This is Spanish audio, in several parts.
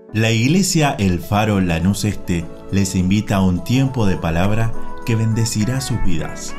La Iglesia El Faro Lanús Este les invita a un tiempo de palabra que bendecirá sus vidas.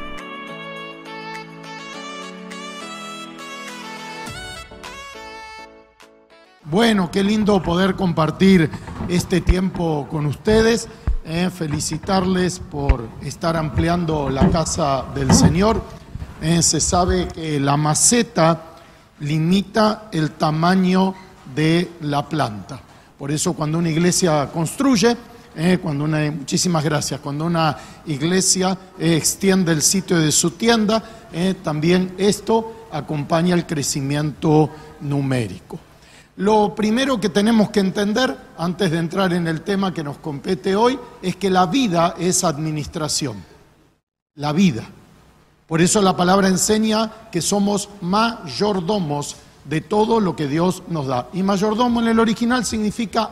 Bueno, qué lindo poder compartir este tiempo con ustedes. Felicitarles por estar ampliando la casa del Señor. Se sabe que la maceta limita el tamaño de la planta. Por eso cuando una iglesia construye, muchísimas gracias, cuando una iglesia extiende el sitio de su tienda, también esto acompaña el crecimiento numérico. Lo primero que tenemos que entender, antes de entrar en el tema que nos compete hoy, es que la vida es administración. La vida. Por eso la palabra enseña que somos mayordomos de todo lo que Dios nos da. Y mayordomo en el original significa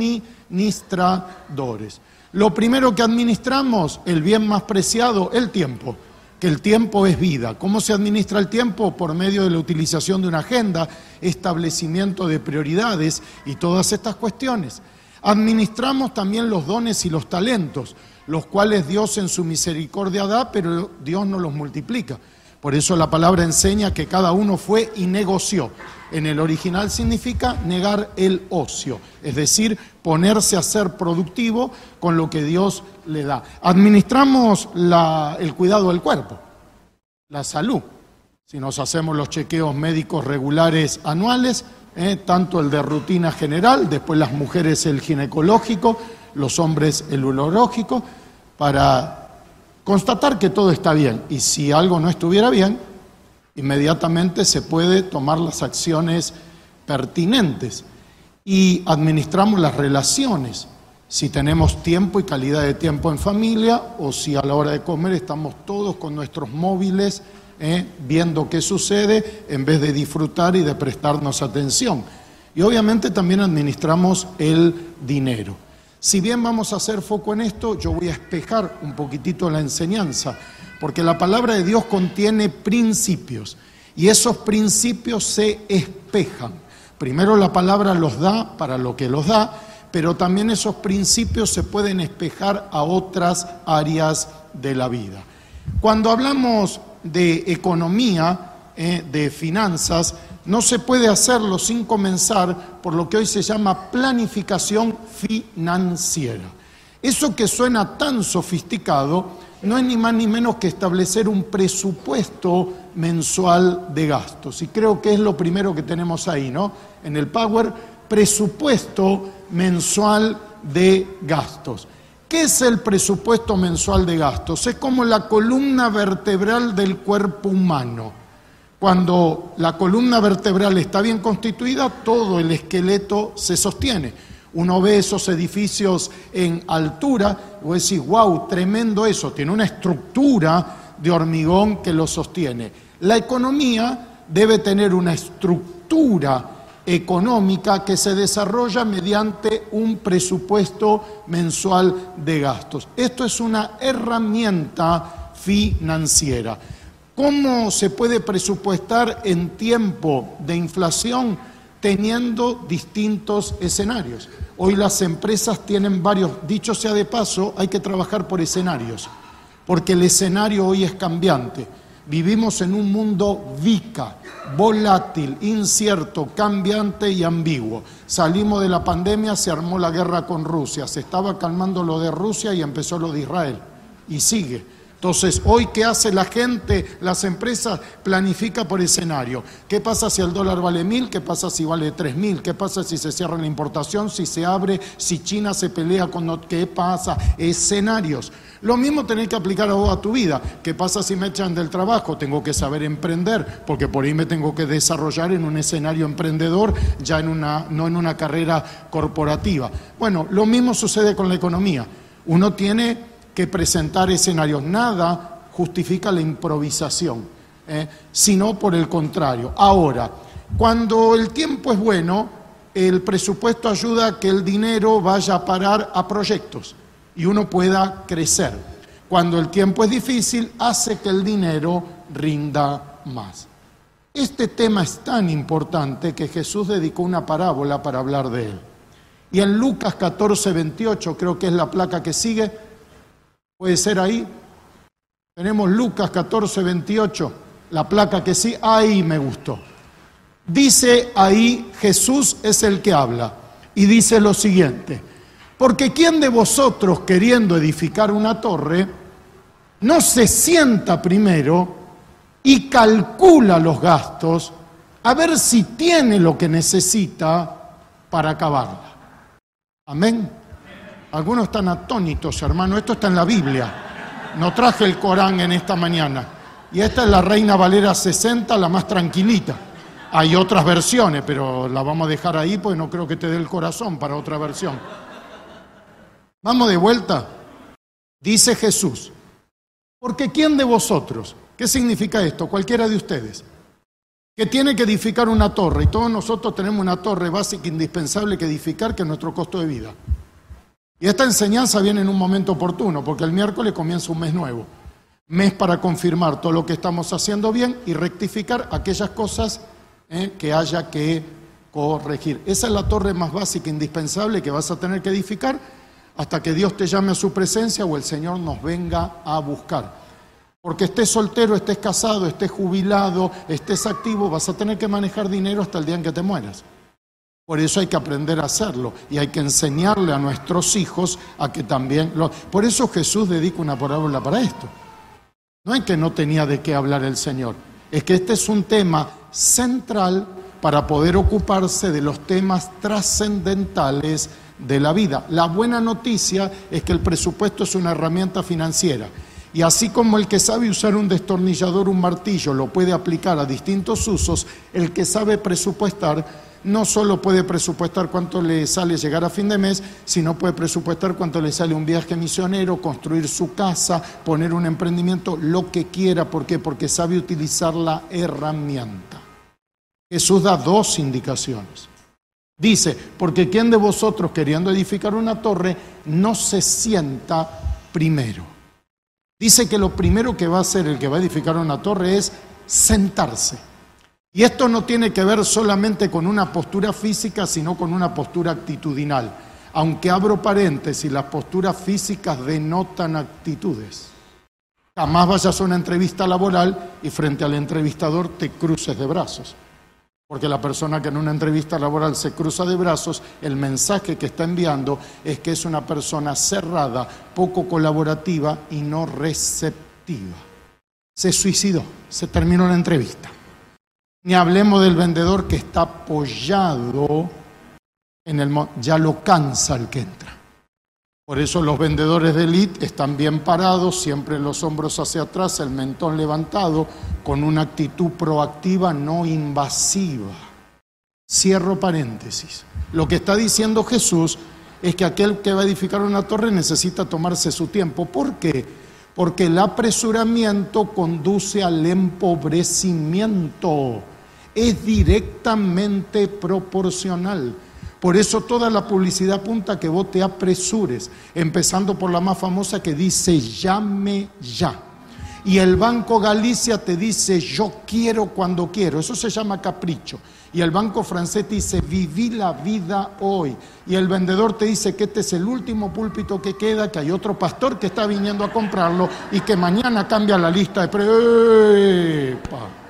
administradores. Lo primero que administramos, el bien más preciado, el tiempo. Que el tiempo es vida. ¿Cómo se administra el tiempo? Por medio de la utilización de una agenda, establecimiento de prioridades y todas estas cuestiones. Administramos también los dones y los talentos, los cuales Dios en su misericordia da, pero Dios no los multiplica. Por eso la palabra enseña que cada uno fue y negoció. En el original significa negar el ocio, es decir, ponerse a ser productivo con lo que Dios le da. Administramos el cuidado del cuerpo, la salud. Si nos hacemos los chequeos médicos regulares anuales, tanto el de rutina general, después las mujeres el ginecológico, los hombres el urológico, para constatar que todo está bien, y si algo no estuviera bien, inmediatamente se puede tomar las acciones pertinentes. Y administramos las relaciones, si tenemos tiempo y calidad de tiempo en familia, o si a la hora de comer estamos todos con nuestros móviles viendo qué sucede, en vez de disfrutar y de prestarnos atención. Y obviamente también administramos el dinero. Si bien vamos a hacer foco en esto, yo voy a espejar un poquitito la enseñanza, porque la palabra de Dios contiene principios, y esos principios se espejan. Primero la palabra los da para lo que los da, pero también esos principios se pueden espejar a otras áreas de la vida. Cuando hablamos de economía, de finanzas, no se puede hacerlo sin comenzar por lo que hoy se llama planificación financiera. Eso que suena tan sofisticado no es ni más ni menos que establecer un presupuesto mensual de gastos. Y creo que es lo primero que tenemos ahí, ¿no? En el Power, presupuesto mensual de gastos. ¿Qué es el presupuesto mensual de gastos? Es como la columna vertebral del cuerpo humano. Cuando la columna vertebral está bien constituida, todo el esqueleto se sostiene. Uno ve esos edificios en altura, y vos decís, wow, tremendo eso, tiene una estructura de hormigón que lo sostiene. La economía debe tener una estructura económica que se desarrolla mediante un presupuesto mensual de gastos. Esto es una herramienta financiera. ¿Cómo se puede presupuestar en tiempo de inflación teniendo distintos escenarios? Hoy las empresas tienen varios, dicho sea de paso, hay que trabajar por escenarios, porque el escenario hoy es cambiante. Vivimos en un mundo VICA, volátil, incierto, cambiante y ambiguo. Salimos de la pandemia, se armó la guerra con Rusia, se estaba calmando lo de Rusia y empezó lo de Israel, y sigue. Entonces, hoy, ¿qué hace la gente? Las empresas planifican por escenario. ¿Qué pasa si el dólar vale 1.000? ¿Qué pasa si vale 3.000? ¿Qué pasa si se cierra la importación? ¿Si se abre? ¿Si China se pelea con qué pasa? Escenarios. Lo mismo tenés que aplicar a vos a tu vida. ¿Qué pasa si me echan del trabajo? Tengo que saber emprender, porque por ahí me tengo que desarrollar en un escenario emprendedor, ya no en una carrera corporativa. Bueno, lo mismo sucede con la economía. Uno tiene que presentar escenarios. Nada justifica la improvisación, sino por el contrario. Ahora, cuando el tiempo es bueno, el presupuesto ayuda a que el dinero vaya a parar a proyectos y uno pueda crecer. Cuando el tiempo es difícil, hace que el dinero rinda más. Este tema es tan importante que Jesús dedicó una parábola para hablar de él. Y en Lucas 14, 28, creo que es la placa que sigue, puede ser ahí. Tenemos Lucas 14, 28, la placa que sigue, ahí me gustó. Dice ahí, Jesús es el que habla, y dice lo siguiente: porque ¿quién de vosotros, queriendo edificar una torre, no se sienta primero y calcula los gastos a ver si tiene lo que necesita para acabarla? Amén. Algunos están atónitos, hermano. Esto está en la Biblia. No traje el Corán en esta mañana. Y esta es la Reina Valera 60, la más tranquilita. Hay otras versiones, pero la vamos a dejar ahí porque no creo que te dé el corazón para otra versión. Vamos de vuelta. Dice Jesús: porque ¿quién de vosotros? ¿Qué significa esto? Cualquiera de ustedes que tiene que edificar una torre, y todos nosotros tenemos una torre básica indispensable que edificar, que es nuestro costo de vida. Y esta enseñanza viene en un momento oportuno, porque el miércoles comienza un mes nuevo. Mes para confirmar todo lo que estamos haciendo bien y rectificar aquellas cosas que haya que corregir. Esa es la torre más básica, indispensable, que vas a tener que edificar hasta que Dios te llame a su presencia o el Señor nos venga a buscar. Porque estés soltero, estés casado, estés jubilado, estés activo, vas a tener que manejar dinero hasta el día en que te mueras. Por eso hay que aprender a hacerlo y hay que enseñarle a nuestros hijos a que también lo... Por eso Jesús dedica una parábola para esto. No es que no tenía de qué hablar el Señor, es que este es un tema central para poder ocuparse de los temas trascendentales de la vida. La buena noticia es que el presupuesto es una herramienta financiera. Y así como el que sabe usar un destornillador, un martillo, lo puede aplicar a distintos usos, el que sabe presupuestar no solo puede presupuestar cuánto le sale llegar a fin de mes, sino puede presupuestar cuánto le sale un viaje misionero, construir su casa, poner un emprendimiento, lo que quiera. ¿Por qué? Porque sabe utilizar la herramienta. Jesús da dos indicaciones. Dice: porque ¿quién de vosotros, queriendo edificar una torre, no se sienta primero? Dice que lo primero que va a hacer el que va a edificar una torre es sentarse. Y esto no tiene que ver solamente con una postura física, sino con una postura actitudinal. Aunque abro paréntesis, las posturas físicas denotan actitudes. Jamás vayas a una entrevista laboral y frente al entrevistador te cruces de brazos. Porque la persona que en una entrevista laboral se cruza de brazos, el mensaje que está enviando es que es una persona cerrada, poco colaborativa y no receptiva. Se suicidó, se terminó la entrevista. Ni hablemos del vendedor que está apoyado en el... ya lo cansa el que entra. Por eso los vendedores de élite están bien parados, siempre los hombros hacia atrás, el mentón levantado, con una actitud proactiva, no invasiva. Cierro paréntesis. Lo que está diciendo Jesús es que aquel que va a edificar una torre necesita tomarse su tiempo. ¿Por qué? Porque el apresuramiento conduce al empobrecimiento. Es directamente proporcional. Por eso toda la publicidad apunta a que vos te apresures, empezando por la más famosa que dice llame ya. Y el Banco Galicia te dice yo quiero cuando quiero, eso se llama capricho. Y el Banco Francés te dice viví la vida hoy. Y el vendedor te dice que este es el último púlpito que queda, que hay otro pastor que está viniendo a comprarlo y que mañana cambia la lista de precios.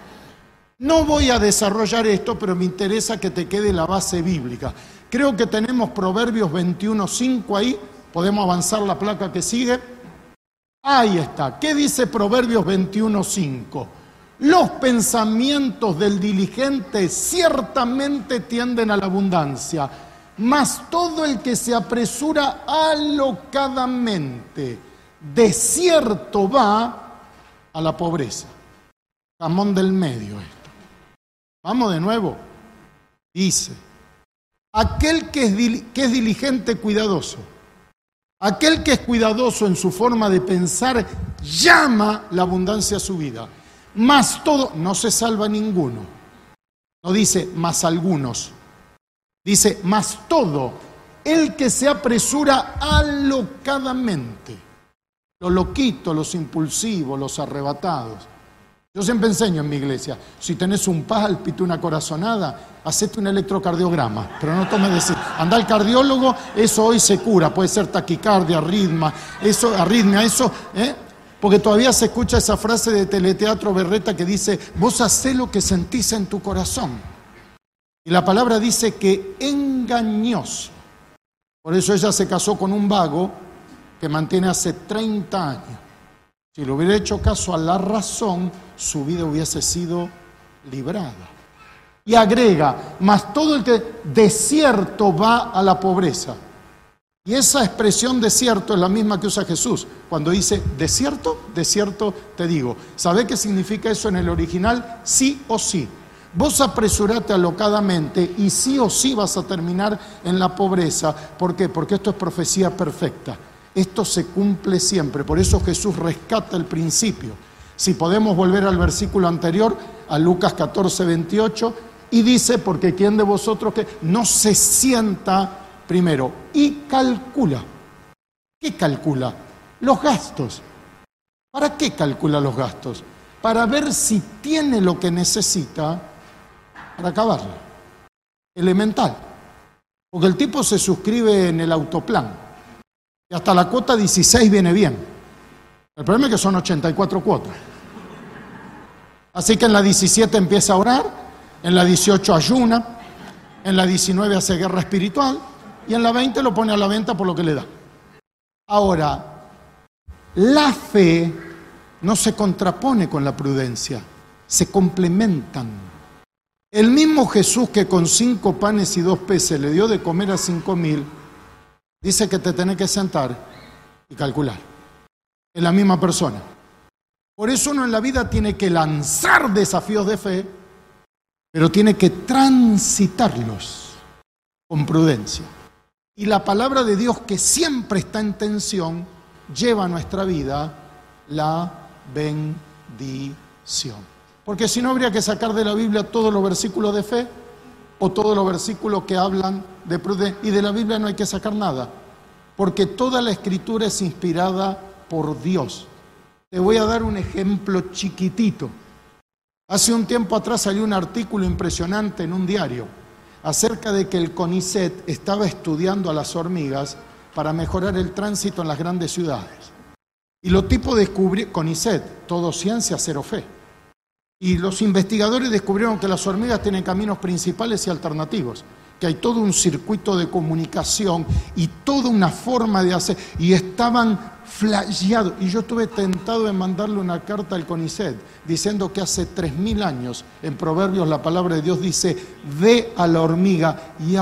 No voy a desarrollar esto, pero me interesa que te quede la base bíblica. Creo que tenemos Proverbios 21:5 ahí. ¿Podemos avanzar la placa que sigue? Ahí está. ¿Qué dice Proverbios 21:5? Los pensamientos del diligente ciertamente tienden a la abundancia, mas todo el que se apresura alocadamente, de cierto va a la pobreza. Jamón del medio esto. Vamos de nuevo. Dice, aquel que es diligente, cuidadoso, aquel que es cuidadoso en su forma de pensar, llama la abundancia a su vida. Mas todo, no se salva ninguno. No dice más algunos. Dice más todo, el que se apresura alocadamente. Los loquitos, los impulsivos, los arrebatados. Yo siempre enseño en mi iglesia, si tenés un pálpito, una corazonada, hacete un electrocardiograma, pero no tomes decir, anda al cardiólogo, eso hoy se cura, puede ser taquicardia, arritmia, eso, porque todavía se escucha esa frase de Teleteatro Berreta que dice, vos hacés lo que sentís en tu corazón. Y la palabra dice que engañoso. Por eso ella se casó con un vago que mantiene hace 30 años. Si le hubiera hecho caso a la razón, su vida hubiese sido librada. Y agrega, mas todo el que desierto va a la pobreza. Y esa expresión desierto es la misma que usa Jesús. Cuando dice desierto, desierto te digo. ¿Sabe qué significa eso en el original? Sí o sí. Vos apresurate alocadamente y sí o sí vas a terminar en la pobreza. ¿Por qué? Porque esto es profecía perfecta. Esto se cumple siempre, por eso Jesús rescata el principio. Si podemos volver al versículo anterior, a Lucas 14, 28, y dice, porque ¿quién de vosotros que no se sienta primero y calcula? ¿Qué calcula? Los gastos. ¿Para qué calcula los gastos? Para ver si tiene lo que necesita para acabarlo. Elemental. Porque el tipo se suscribe en el autoplan. Y hasta la cuota 16 viene bien. El problema es que son 84 cuotas. Así que en la 17 empieza a orar, en la 18 ayuna, en la 19 hace guerra espiritual y en la 20 lo pone a la venta por lo que le da. Ahora, la fe no se contrapone con la prudencia, se complementan. El mismo Jesús que con 5 panes y 2 peces le dio de comer a 5.000, dice que te tenés que sentar y calcular. Es la misma persona. Por eso uno en la vida tiene que lanzar desafíos de fe, pero tiene que transitarlos con prudencia. Y la palabra de Dios, que siempre está en tensión, lleva a nuestra vida la bendición. Porque si no, habría que sacar de la Biblia todos los versículos de fe o todos los versículos que hablan de prudencia. Y de la Biblia no hay que sacar nada, porque toda la Escritura es inspirada por Dios. Te voy a dar un ejemplo chiquitito. Hace un tiempo atrás salió un artículo impresionante en un diario acerca de que el CONICET estaba estudiando a las hormigas para mejorar el tránsito en las grandes ciudades. Y los tipos descubrieron, CONICET, todo ciencia, cero fe. Y los investigadores descubrieron que las hormigas tienen caminos principales y alternativos, que hay todo un circuito de comunicación y toda una forma de hacer, y estaban flasheados. Y yo estuve tentado de mandarle una carta al CONICET diciendo que hace 3.000 años en Proverbios la palabra de Dios dice: ve a la hormiga y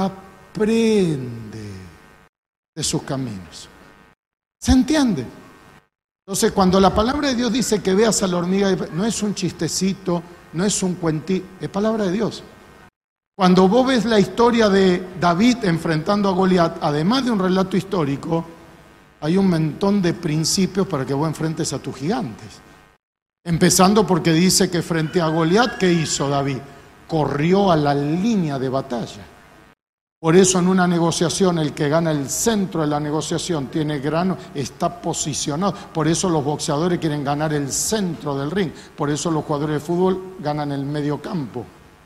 aprende de sus caminos. ¿Se entiende? Entonces, cuando la palabra de Dios dice que veas a la hormiga, no es un chistecito, no es un cuentito, es palabra de Dios. Cuando vos ves la historia de David enfrentando a Goliat, además de un relato histórico, hay un montón de principios para que vos enfrentes a tus gigantes. Empezando porque dice que frente a Goliat, ¿qué hizo David? Corrió a la línea de batalla. Por eso en una negociación el que gana el centro de la negociación tiene grano, está posicionado. Por eso los boxeadores quieren ganar el centro del ring. Por eso los jugadores de fútbol ganan el medio campo.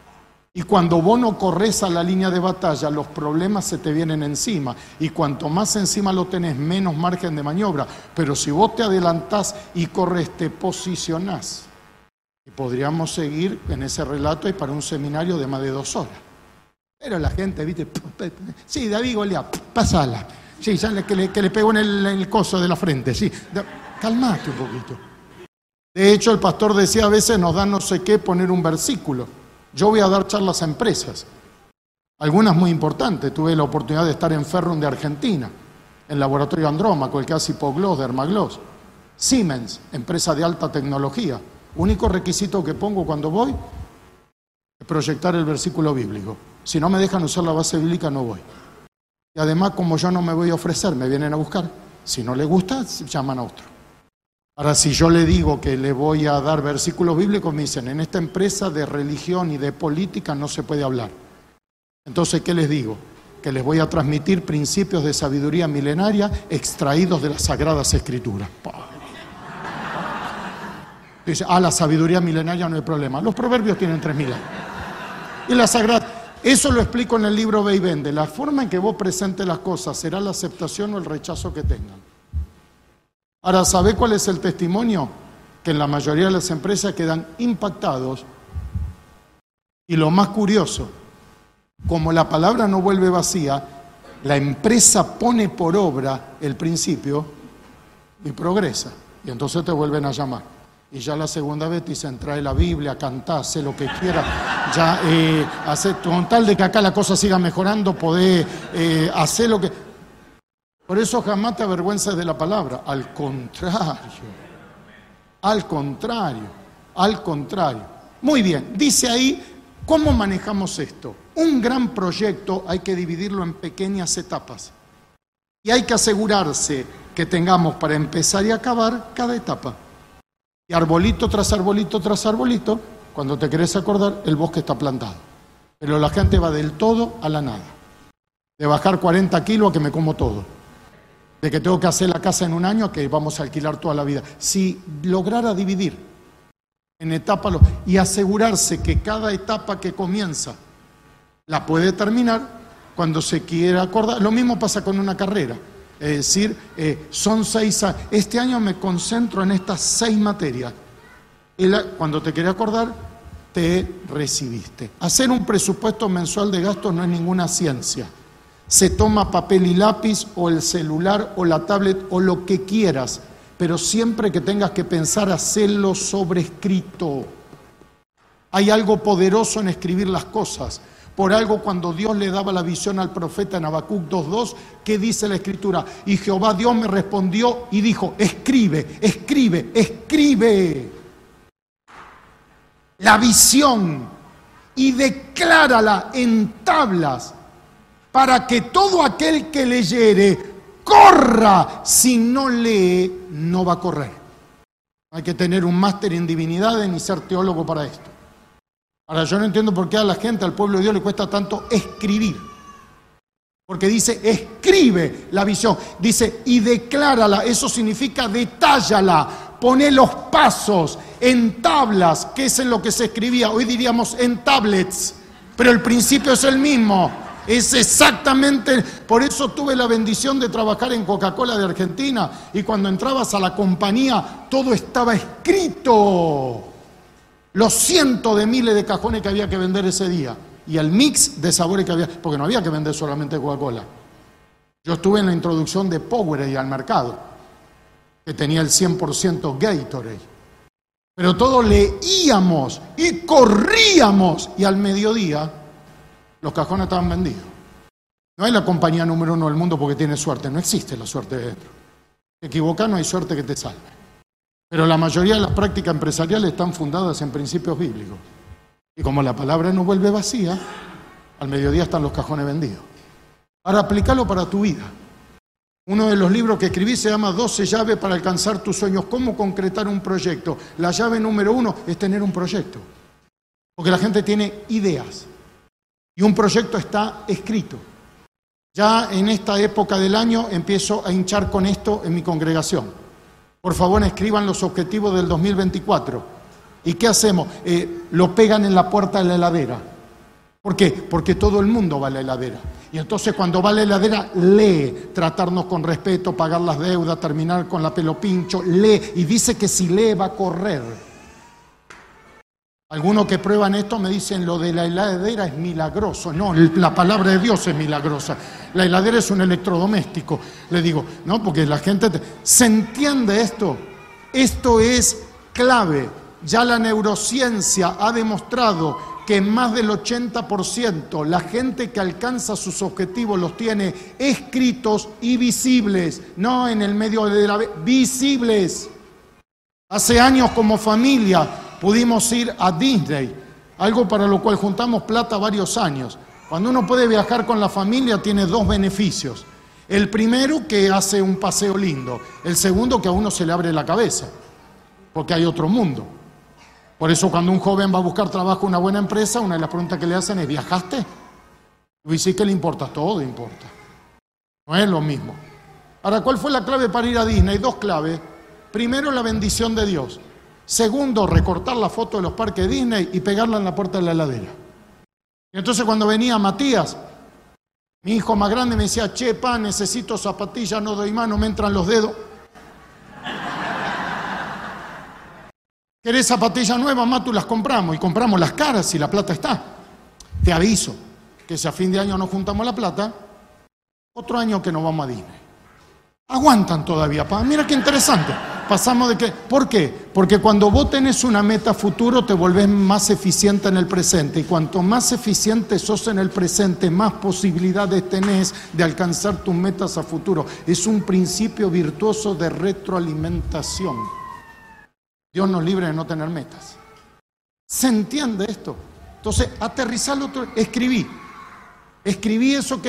Y cuando vos no corres a la línea de batalla, los problemas se te vienen encima. Y cuanto más encima lo tenés, menos margen de maniobra. Pero si vos te adelantás y corres, te posicionás. Y podríamos seguir en ese relato y para un seminario de más de 2 horas. Pero la gente, ¿viste? Sí, David Goliat, pasala. Sí, ya que le pegó en el coso de la frente, sí. Calmate un poquito. De hecho, el pastor decía, a veces nos da no sé qué poner un versículo. Yo voy a dar charlas a empresas, algunas muy importantes. Tuve la oportunidad de estar en Ferrum de Argentina, en Laboratorio Andrómaco, el que hace Hipogloss, Dermagloss. Siemens, empresa de alta tecnología. Único requisito que pongo cuando voy es proyectar el versículo bíblico. Si no me dejan usar la base bíblica, no voy. Y además, como yo no me voy a ofrecer, me vienen a buscar. Si no les gusta, llaman a otro. Ahora, si yo le digo que le voy a dar versículos bíblicos, me dicen, en esta empresa de religión y de política no se puede hablar. Entonces, ¿qué les digo? Que les voy a transmitir principios de sabiduría milenaria extraídos de las Sagradas Escrituras. Dice, la sabiduría milenaria no hay problema. Los proverbios tienen 3000 años. Y la sagrada, eso lo explico en el libro Ve y Vende. La forma en que vos presentes las cosas será la aceptación o el rechazo que tengan. Ahora, ¿sabés cuál es el testimonio? Que en la mayoría de las empresas quedan impactados. Y lo más curioso, como la palabra no vuelve vacía, la empresa pone por obra el principio y progresa. Y entonces te vuelven a llamar. Y ya la segunda vez te dicen, trae la Biblia, cantá, haz lo que quieras. Ya, con tal de que acá la cosa siga mejorando, podés hacer lo que... Por eso jamás te avergüences de la palabra. Al contrario. Al contrario. Al contrario. Muy bien, dice ahí, ¿cómo manejamos esto? Un gran proyecto hay que dividirlo en pequeñas etapas. Y hay que asegurarse que tengamos para empezar y acabar cada etapa. Y arbolito tras arbolito tras arbolito, cuando te querés acordar, el bosque está plantado. Pero la gente va del todo a la nada. De bajar 40 kilos a que me como todo. De que tengo que hacer la casa en un año a que vamos a alquilar toda la vida. Si lograra dividir en etapas y asegurarse que cada etapa que comienza la puede terminar cuando se quiera acordar. Lo mismo pasa con una carrera. Es decir, son 6 años. Este año me concentro en estas 6 materias. Cuando te querés acordar, te recibiste. Hacer un presupuesto mensual de gastos no es ninguna ciencia. Se toma papel y lápiz o el celular o la tablet o lo que quieras, pero siempre que tengas que pensar, hacerlo sobre escrito. Hay algo poderoso en escribir las cosas. Por algo, cuando Dios le daba la visión al profeta en Habacuc 2:2, ¿qué dice la Escritura? Y Jehová Dios me respondió y dijo, escribe, escribe, escribe la visión y declárala en tablas para que todo aquel que leyere corra. Si no lee, no va a correr. Hay que tener un máster en divinidades ni ser teólogo para esto. Ahora, yo no entiendo por qué a la gente, al pueblo de Dios, le cuesta tanto escribir. Porque dice, escribe la visión. Dice, y declárala. Eso significa detállala. Pone los pasos en tablas, que es en lo que se escribía. Hoy diríamos en tablets. Pero el principio es el mismo. Es exactamente... Por eso tuve la bendición de trabajar en Coca-Cola de Argentina. Y cuando entrabas a la compañía, todo estaba escrito. Los cientos de miles de cajones que había que vender ese día y el mix de sabores que había, porque no había que vender solamente Coca-Cola. Yo estuve en la introducción de Powerade al mercado, que tenía el 100% Gatorade. Pero todos leíamos y corríamos y al mediodía los cajones estaban vendidos. No hay la compañía número 1 del mundo porque tiene suerte, no existe la suerte de dentro. Te equivocas, no hay suerte que te salve. Pero la mayoría de las prácticas empresariales están fundadas en principios bíblicos. Y como la palabra no vuelve vacía, al mediodía están los cajones vendidos. Ahora, aplícalo para tu vida. Uno de los libros que escribí se llama 12 llaves para alcanzar tus sueños. ¿Cómo concretar un proyecto? La llave número 1 es tener un proyecto. Porque la gente tiene ideas. Y un proyecto está escrito. Ya en esta época del año empiezo a hinchar con esto en mi congregación. Por favor, escriban los objetivos del 2024. ¿Y qué hacemos? Lo pegan en la puerta de la heladera. ¿Por qué? Porque todo el mundo va a la heladera. Y entonces cuando va a la heladera, lee. Tratarnos con respeto, pagar las deudas, terminar con la pelo pincho. Lee. Y dice que si lee va a correr. Algunos que prueban esto me dicen, lo de la heladera es milagroso. No, la palabra de Dios es milagrosa. La heladera es un electrodoméstico. Le digo, no, porque la gente... ¿Se entiende esto? Esto es clave. Ya la neurociencia ha demostrado que más del 80% la gente que alcanza sus objetivos los tiene escritos y visibles. No en el medio de la... visibles. Hace años como familia pudimos ir a Disney, algo para lo cual juntamos plata varios años. Cuando uno puede viajar con la familia tiene 2 beneficios. El primero, que hace un paseo lindo. El segundo, que a uno se le abre la cabeza, porque hay otro mundo. Por eso cuando un joven va a buscar trabajo en una buena empresa, una de las preguntas que le hacen es, ¿viajaste? Y sí, ¿qué le importa? Todo importa. No es lo mismo. Ahora, ¿cuál fue la clave para ir a Disney? 2 claves. Primero, la bendición de Dios. Segundo, recortar la foto de los parques Disney y pegarla en la puerta de la heladera. Y entonces cuando venía Matías, mi hijo más grande, me decía, che, pa, necesito zapatillas, no doy más, no me entran los dedos. ¿Querés zapatillas nuevas? Más tú las compramos. Y compramos las caras y la plata está. Te aviso que si a fin de año no juntamos la plata, otro año que nos vamos a Disney. Aguantan todavía, pa. Mira qué interesante. Pasamos de que... ¿Por qué? Porque cuando vos tenés una meta futuro te volvés más eficiente en el presente. Y cuanto más eficiente sos en el presente, más posibilidades tenés de alcanzar tus metas a futuro. Es un principio virtuoso de retroalimentación. Dios nos libre de no tener metas. ¿Se entiende esto? Entonces, aterrizalo, escribí eso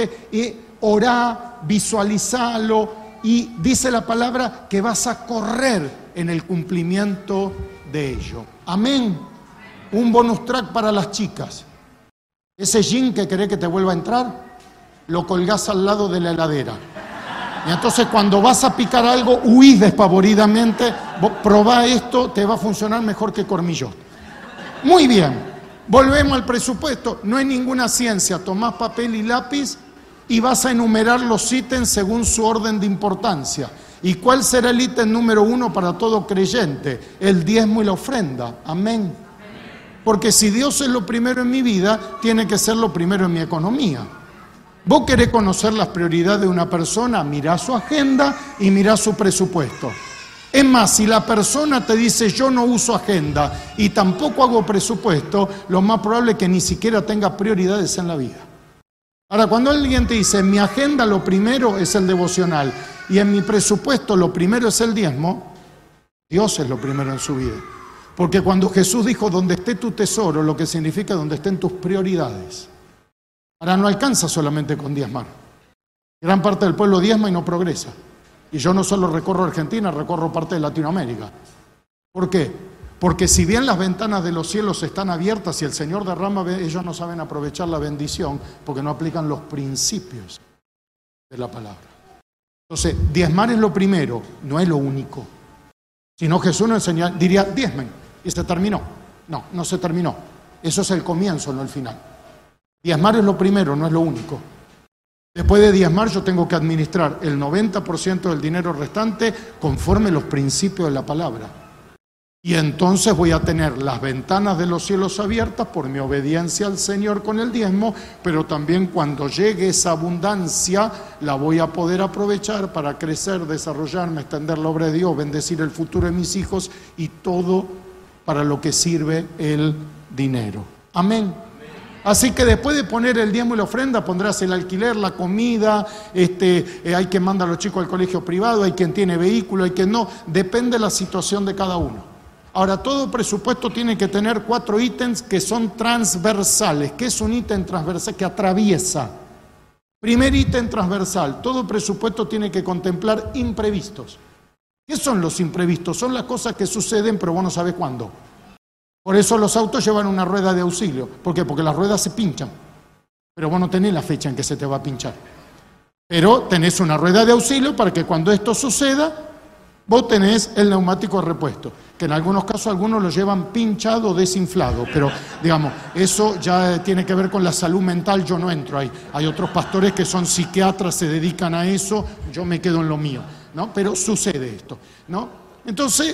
orá, visualizalo, y dice la palabra que vas a correr en el cumplimiento de ello. Amén. Un bonus track para las chicas. Ese jean que querés que te vuelva a entrar, lo colgás al lado de la heladera. Y entonces cuando vas a picar algo, huís despavoridamente, probá esto, te va a funcionar mejor que Cormillot. Muy bien, volvemos al presupuesto. No hay ninguna ciencia, tomás papel y lápiz y vas a enumerar los ítems según su orden de importancia. ¿Y cuál será el ítem número 1 para todo creyente? El diezmo y la ofrenda. Amén. Porque si Dios es lo primero en mi vida, tiene que ser lo primero en mi economía. Vos querés conocer las prioridades de una persona, mirá su agenda y mirá su presupuesto. Es más, si la persona te dice yo no uso agenda y tampoco hago presupuesto, lo más probable es que ni siquiera tenga prioridades en la vida. Ahora, cuando alguien te dice en mi agenda lo primero es el devocional y en mi presupuesto lo primero es el diezmo, Dios es lo primero en su vida. Porque cuando Jesús dijo donde esté tu tesoro, lo que significa donde estén tus prioridades. Ahora no alcanza solamente con diezmar. Gran parte del pueblo diezma y no progresa. Y yo no solo recorro Argentina, recorro parte de Latinoamérica. ¿Por qué? Porque si bien las ventanas de los cielos están abiertas y el Señor derrama, ellos no saben aprovechar la bendición porque no aplican los principios de la palabra. Entonces, diezmar es lo primero, no es lo único. Si no, Jesús nos diría, diezmen, y se terminó. No, no se terminó. Eso es el comienzo, no el final. Diezmar es lo primero, no es lo único. Después de diezmar yo tengo que administrar el 90% del dinero restante conforme los principios de la palabra. Y entonces voy a tener las ventanas de los cielos abiertas por mi obediencia al Señor con el diezmo, pero también cuando llegue esa abundancia la voy a poder aprovechar para crecer, desarrollarme, extender la obra de Dios, bendecir el futuro de mis hijos y todo para lo que sirve el dinero. Amén. Así que después de poner el diezmo y la ofrenda pondrás el alquiler, la comida, hay quien manda a los chicos al colegio privado, hay quien tiene vehículo, hay quien no, depende de la situación de cada uno. Ahora, todo presupuesto tiene que tener 4 ítems que son transversales. ¿Qué es un ítem transversal? Que atraviesa. Primer ítem transversal, todo presupuesto tiene que contemplar imprevistos. ¿Qué son los imprevistos? Son las cosas que suceden pero vos no sabés cuándo. Por eso los autos llevan una rueda de auxilio. ¿Por qué? Porque las ruedas se pinchan. Pero vos no tenés la fecha en que se te va a pinchar. Pero tenés una rueda de auxilio para que cuando esto suceda, vos tenés el neumático repuesto. Que en algunos casos algunos lo llevan pinchado o desinflado. Pero, digamos, eso ya tiene que ver con la salud mental, yo no entro ahí. Hay otros pastores que son psiquiatras, se dedican a eso, yo me quedo en lo mío, ¿no? Pero sucede esto, ¿no? Entonces,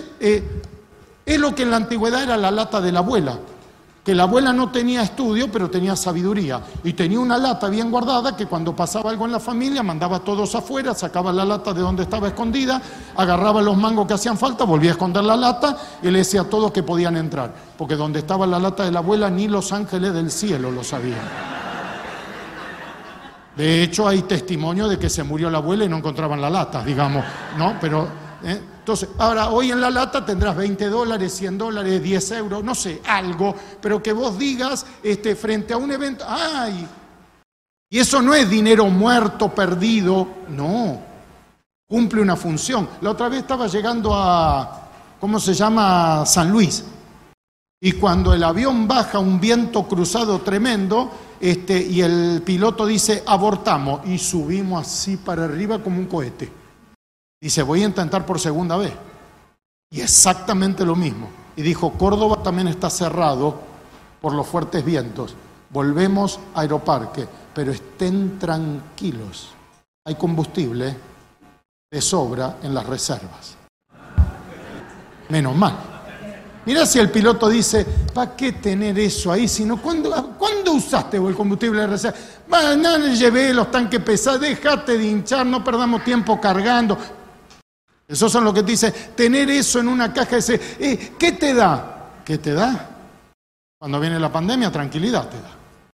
es lo que en la antigüedad era la lata de la abuela, que la abuela no tenía estudio, pero tenía sabiduría, y tenía una lata bien guardada que cuando pasaba algo en la familia, mandaba a todos afuera, sacaba la lata de donde estaba escondida, agarraba los mangos que hacían falta, volvía a esconder la lata, y le decía a todos que podían entrar, porque donde estaba la lata de la abuela, ni los ángeles del cielo lo sabían. De hecho, hay testimonio de que se murió la abuela y no encontraban la lata, digamos, ¿no? Pero... Entonces, ahora, hoy en la lata tendrás $20, $100, 10 euros, no sé, algo, pero que vos digas frente a un evento, ¡ay! Y eso no es dinero muerto, perdido, no, cumple una función. La otra vez estaba llegando a, ¿cómo se llama? San Luis, y cuando el avión baja un viento cruzado tremendo, y el piloto dice, abortamos, y subimos así para arriba como un cohete. Dice, voy a intentar por segunda vez. Y exactamente lo mismo. y dijo, Córdoba también está cerrado por los fuertes vientos. Volvemos a Aeroparque, pero estén tranquilos. Hay combustible de sobra en las reservas. Menos mal. Mirá si el piloto dice, ¿para qué tener eso ahí? Sino, ¿cuándo usaste el combustible de reserva? No le llevé los tanques pesados, déjate de hinchar, no perdamos tiempo cargando. Esos son los que te dicen, tener eso en una caja, ¿qué te da? ¿Qué te da? Cuando viene la pandemia, tranquilidad te da.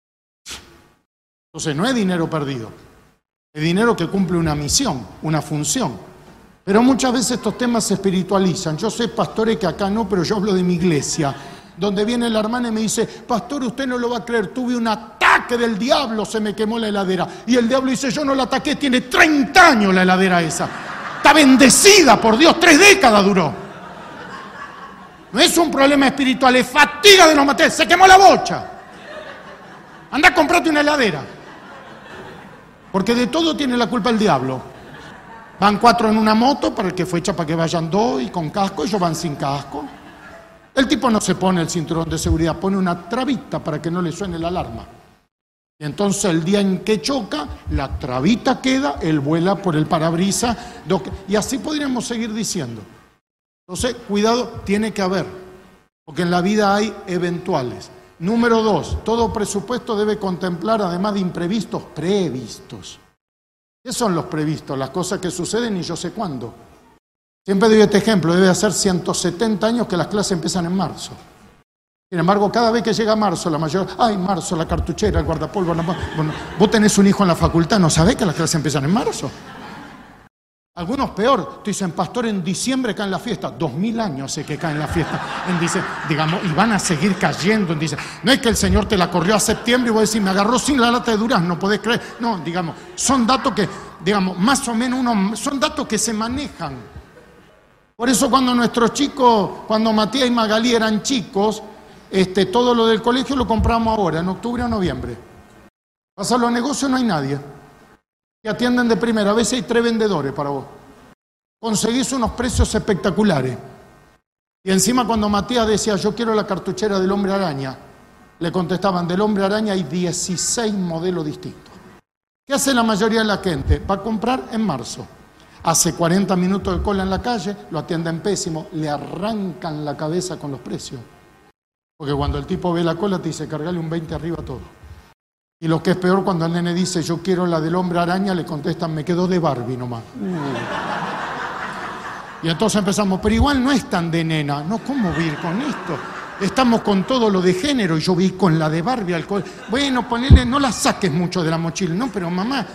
Entonces no es dinero perdido, es dinero que cumple una misión, una función. Pero muchas veces estos temas se espiritualizan. Yo sé, pastores, que acá no, pero yo hablo de mi iglesia, donde viene la hermana y me dice, pastor, usted no lo va a creer, tuve un ataque del diablo, se me quemó la heladera. Y el diablo dice, yo no la ataqué, tiene 30 años la heladera esa. Está bendecida, por Dios, 3 décadas duró. No es un problema espiritual, es fatiga de los materiales, se quemó la bocha. Anda a comprarte una heladera. Porque de todo tiene la culpa el diablo. Van 4 en una moto, para el que fue hecha para que vayan 2 y con casco, ellos van sin casco. El tipo no se pone el cinturón de seguridad, pone una trabita para que no le suene la alarma. Y entonces el día en que choca, la trabita queda, él vuela por el parabrisas, y así podríamos seguir diciendo. Entonces, cuidado, tiene que haber, porque en la vida hay eventuales. Número 2, todo presupuesto debe contemplar, además de imprevistos, previstos. ¿Qué son los previstos? Las cosas que suceden y yo sé cuándo. Siempre doy este ejemplo, debe hacer 170 años que las clases empiezan en marzo. Sin embargo, cada vez que llega marzo, la mayoría, ay, marzo, la cartuchera, el guardapolvo, bueno, vos tenés un hijo en la facultad, ¿no sabés que las clases empiezan en marzo? Algunos peor, te dicen, pastor, en diciembre caen las fiestas. 2000 años sé que caen las fiestas en diciembre, digamos, y van a seguir cayendo en diciembre. No es que el Señor te la corrió a septiembre y vos decís, me agarró sin la lata de durazno, no podés creer. No, digamos, son datos que, digamos, más o menos son datos que se manejan. Por eso cuando nuestros chicos, cuando Matías y Magalí eran chicos, todo lo del colegio lo compramos ahora, en octubre o noviembre. Vas a los negocios, no hay nadie. Te atienden de primera, a veces hay 3 vendedores para vos. Conseguís unos precios espectaculares. Y encima cuando Matías decía, yo quiero la cartuchera del hombre araña, le contestaban, del hombre araña hay 16 modelos distintos. ¿Qué hace la mayoría de la gente? Va a comprar en marzo. Hace 40 minutos de cola en la calle, lo atienden pésimo, le arrancan la cabeza con los precios. Porque cuando el tipo ve la cola te dice, cargale un 20 arriba a todo. Y lo que es peor, cuando el nene dice, yo quiero la del hombre araña, le contestan, me quedó de Barbie nomás. Y entonces empezamos, pero igual no es tan de nena. No, ¿cómo voy a ir con esto? Estamos con todo lo de género y yo vi con la de Barbie alcohol. Bueno, ponele, no la saques mucho de la mochila. No, pero mamá.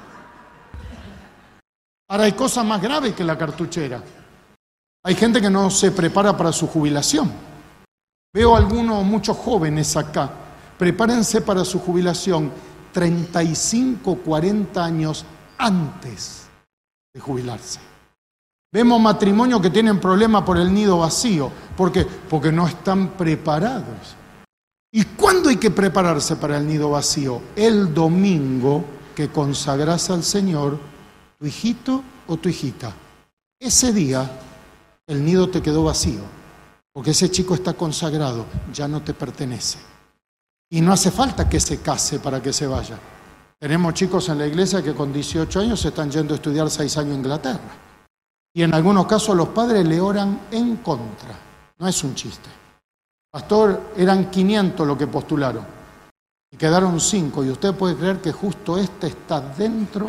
Ahora hay cosas más graves que la cartuchera. Hay gente que no se prepara para su jubilación. Veo muchos jóvenes acá. Prepárense para su jubilación 35, 40 años antes de jubilarse. Vemos matrimonios que tienen problemas por el nido vacío. ¿Por qué? Porque no están preparados. ¿Y cuándo hay que prepararse para el nido vacío? El domingo que consagras al Señor tu hijito o tu hijita. Ese día el nido te quedó vacío, porque ese chico está consagrado, ya no te pertenece. Y no hace falta que se case para que se vaya. Tenemos chicos en la iglesia que con 18 años se están yendo a estudiar 6 años a Inglaterra. Y en algunos casos los padres le oran en contra. No es un chiste. Pastor, eran 500 los que postularon. Y quedaron 5. Y usted puede creer que justo está dentro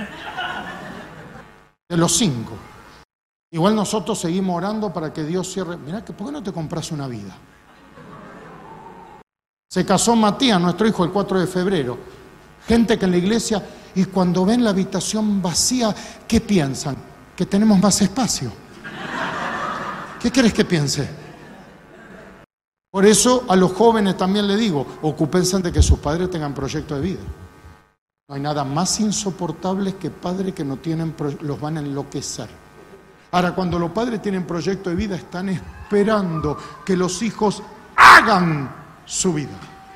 de los 5. Igual nosotros seguimos orando para que Dios cierre. Mirá, ¿por qué no te compras una vida? Se casó Matías, nuestro hijo, el 4 de febrero. Gente que en la iglesia, y cuando ven la habitación vacía, ¿qué piensan? Que tenemos más espacio. ¿Qué querés que piense? Por eso a los jóvenes también le digo, ocúpense de que sus padres tengan proyecto de vida. No hay nada más insoportable que padres que no tienen, los van a enloquecer. Ahora, cuando los padres tienen proyecto de vida, están esperando que los hijos hagan su vida.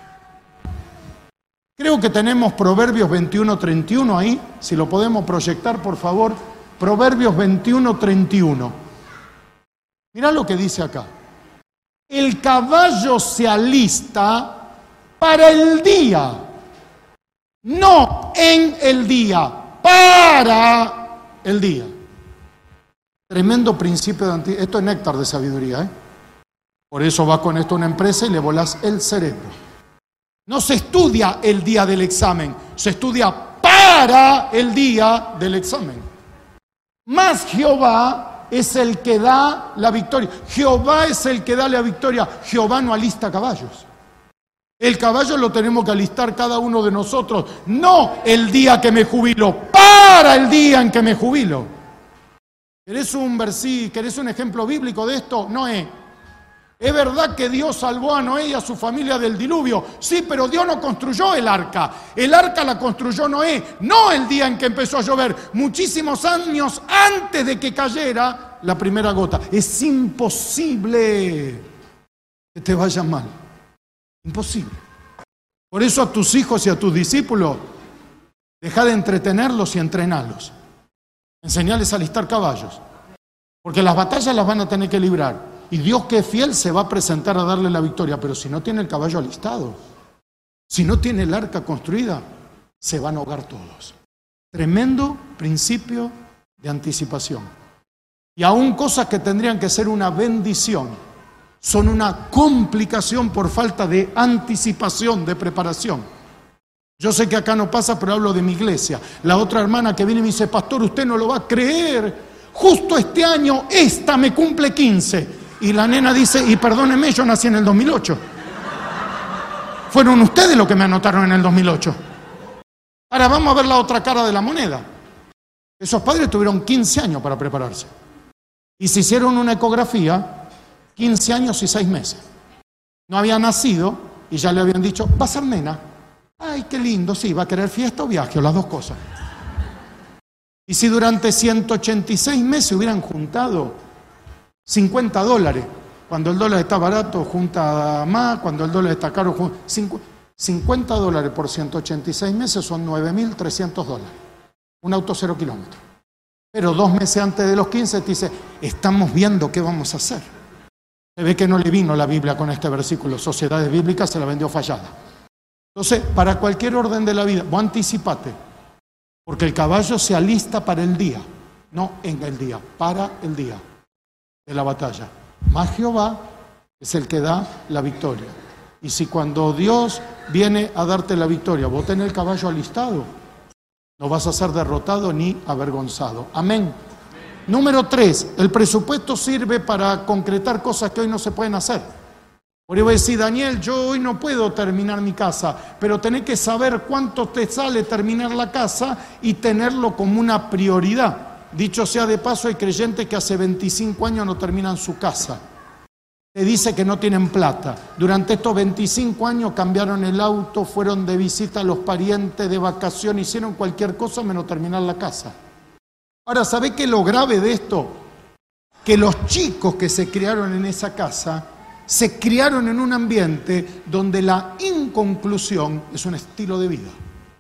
Creo que tenemos Proverbios 21:31 ahí, si lo podemos proyectar, por favor. Proverbios 21:31. Mirá lo que dice acá. El caballo se alista para el día, no en el día, para el día. Tremendo principio de esto es néctar de sabiduría, ¿eh? Por eso va con esto a una empresa y le volás el cerebro. No se estudia el día del examen, se estudia para el día del examen. Mas Jehová es el que da la victoria. Jehová es el que da la victoria. Jehová no alista caballos. El caballo lo tenemos que alistar cada uno de nosotros, no el día que me jubilo, para el día en que me jubilo. ¿Querés un ejemplo bíblico de esto? Noé. Es verdad que Dios salvó a Noé y a su familia del diluvio. Sí, pero Dios no construyó el arca. El arca la construyó Noé, no el día en que empezó a llover, muchísimos años antes de que cayera la primera gota. Es imposible que te vaya mal. Imposible. Por eso a tus hijos y a tus discípulos, deja de entretenerlos y entrenarlos. Enseñarles a alistar caballos. Porque las batallas las van a tener que librar. Y Dios, que es fiel, se va a presentar a darle la victoria. Pero si no tiene el caballo alistado, si no tiene el arca construida, se van a ahogar todos. Tremendo principio de anticipación. Y aún cosas que tendrían que ser una bendición, son una complicación por falta de anticipación, de preparación. Yo sé que acá no pasa, pero hablo de mi iglesia. La otra hermana que viene y me dice: pastor, usted no lo va a creer, justo este año esta me cumple 15. Y la nena dice: y perdóneme, yo nací en el 2008. Fueron ustedes los que me anotaron en el 2008. Ahora vamos a ver la otra cara de la moneda. Esos padres tuvieron 15 años para prepararse. Y se hicieron una ecografía, 15 años y 6 meses. No había nacido y ya le habían dicho: va a ser nena. Ay, qué lindo, sí, va a querer fiesta o viaje, o las dos cosas. Y si durante 186 meses hubieran juntado $50, cuando el dólar está barato, junta más, cuando el dólar está caro, junta $50 por 186 meses son $9.300. Un auto 0 kilómetros. Pero 2 meses antes de los 15 te dice: estamos viendo qué vamos a hacer. Se ve que no le vino la Biblia con este versículo. Sociedades Bíblicas se la vendió fallada. Entonces, para cualquier orden de la vida, vos anticipate, porque el caballo se alista para el día, no en el día, para el día de la batalla. Mas Jehová es el que da la victoria. Y si cuando Dios viene a darte la victoria, vos tenés el caballo alistado, no vas a ser derrotado ni avergonzado. Amén. Número 3, el presupuesto sirve para concretar cosas que hoy no se pueden hacer. Por eso voy a decir: Daniel, yo hoy no puedo terminar mi casa, pero tenés que saber cuánto te sale terminar la casa y tenerlo como una prioridad. Dicho sea de paso, hay creyentes que hace 25 años no terminan su casa. Te dice que no tienen plata. Durante estos 25 años cambiaron el auto, fueron de visita a los parientes, de vacación, hicieron cualquier cosa menos terminar la casa. Ahora, ¿sabés qué es lo grave de esto? Que los chicos que se criaron en esa casa se criaron en un ambiente donde la inconclusión es un estilo de vida.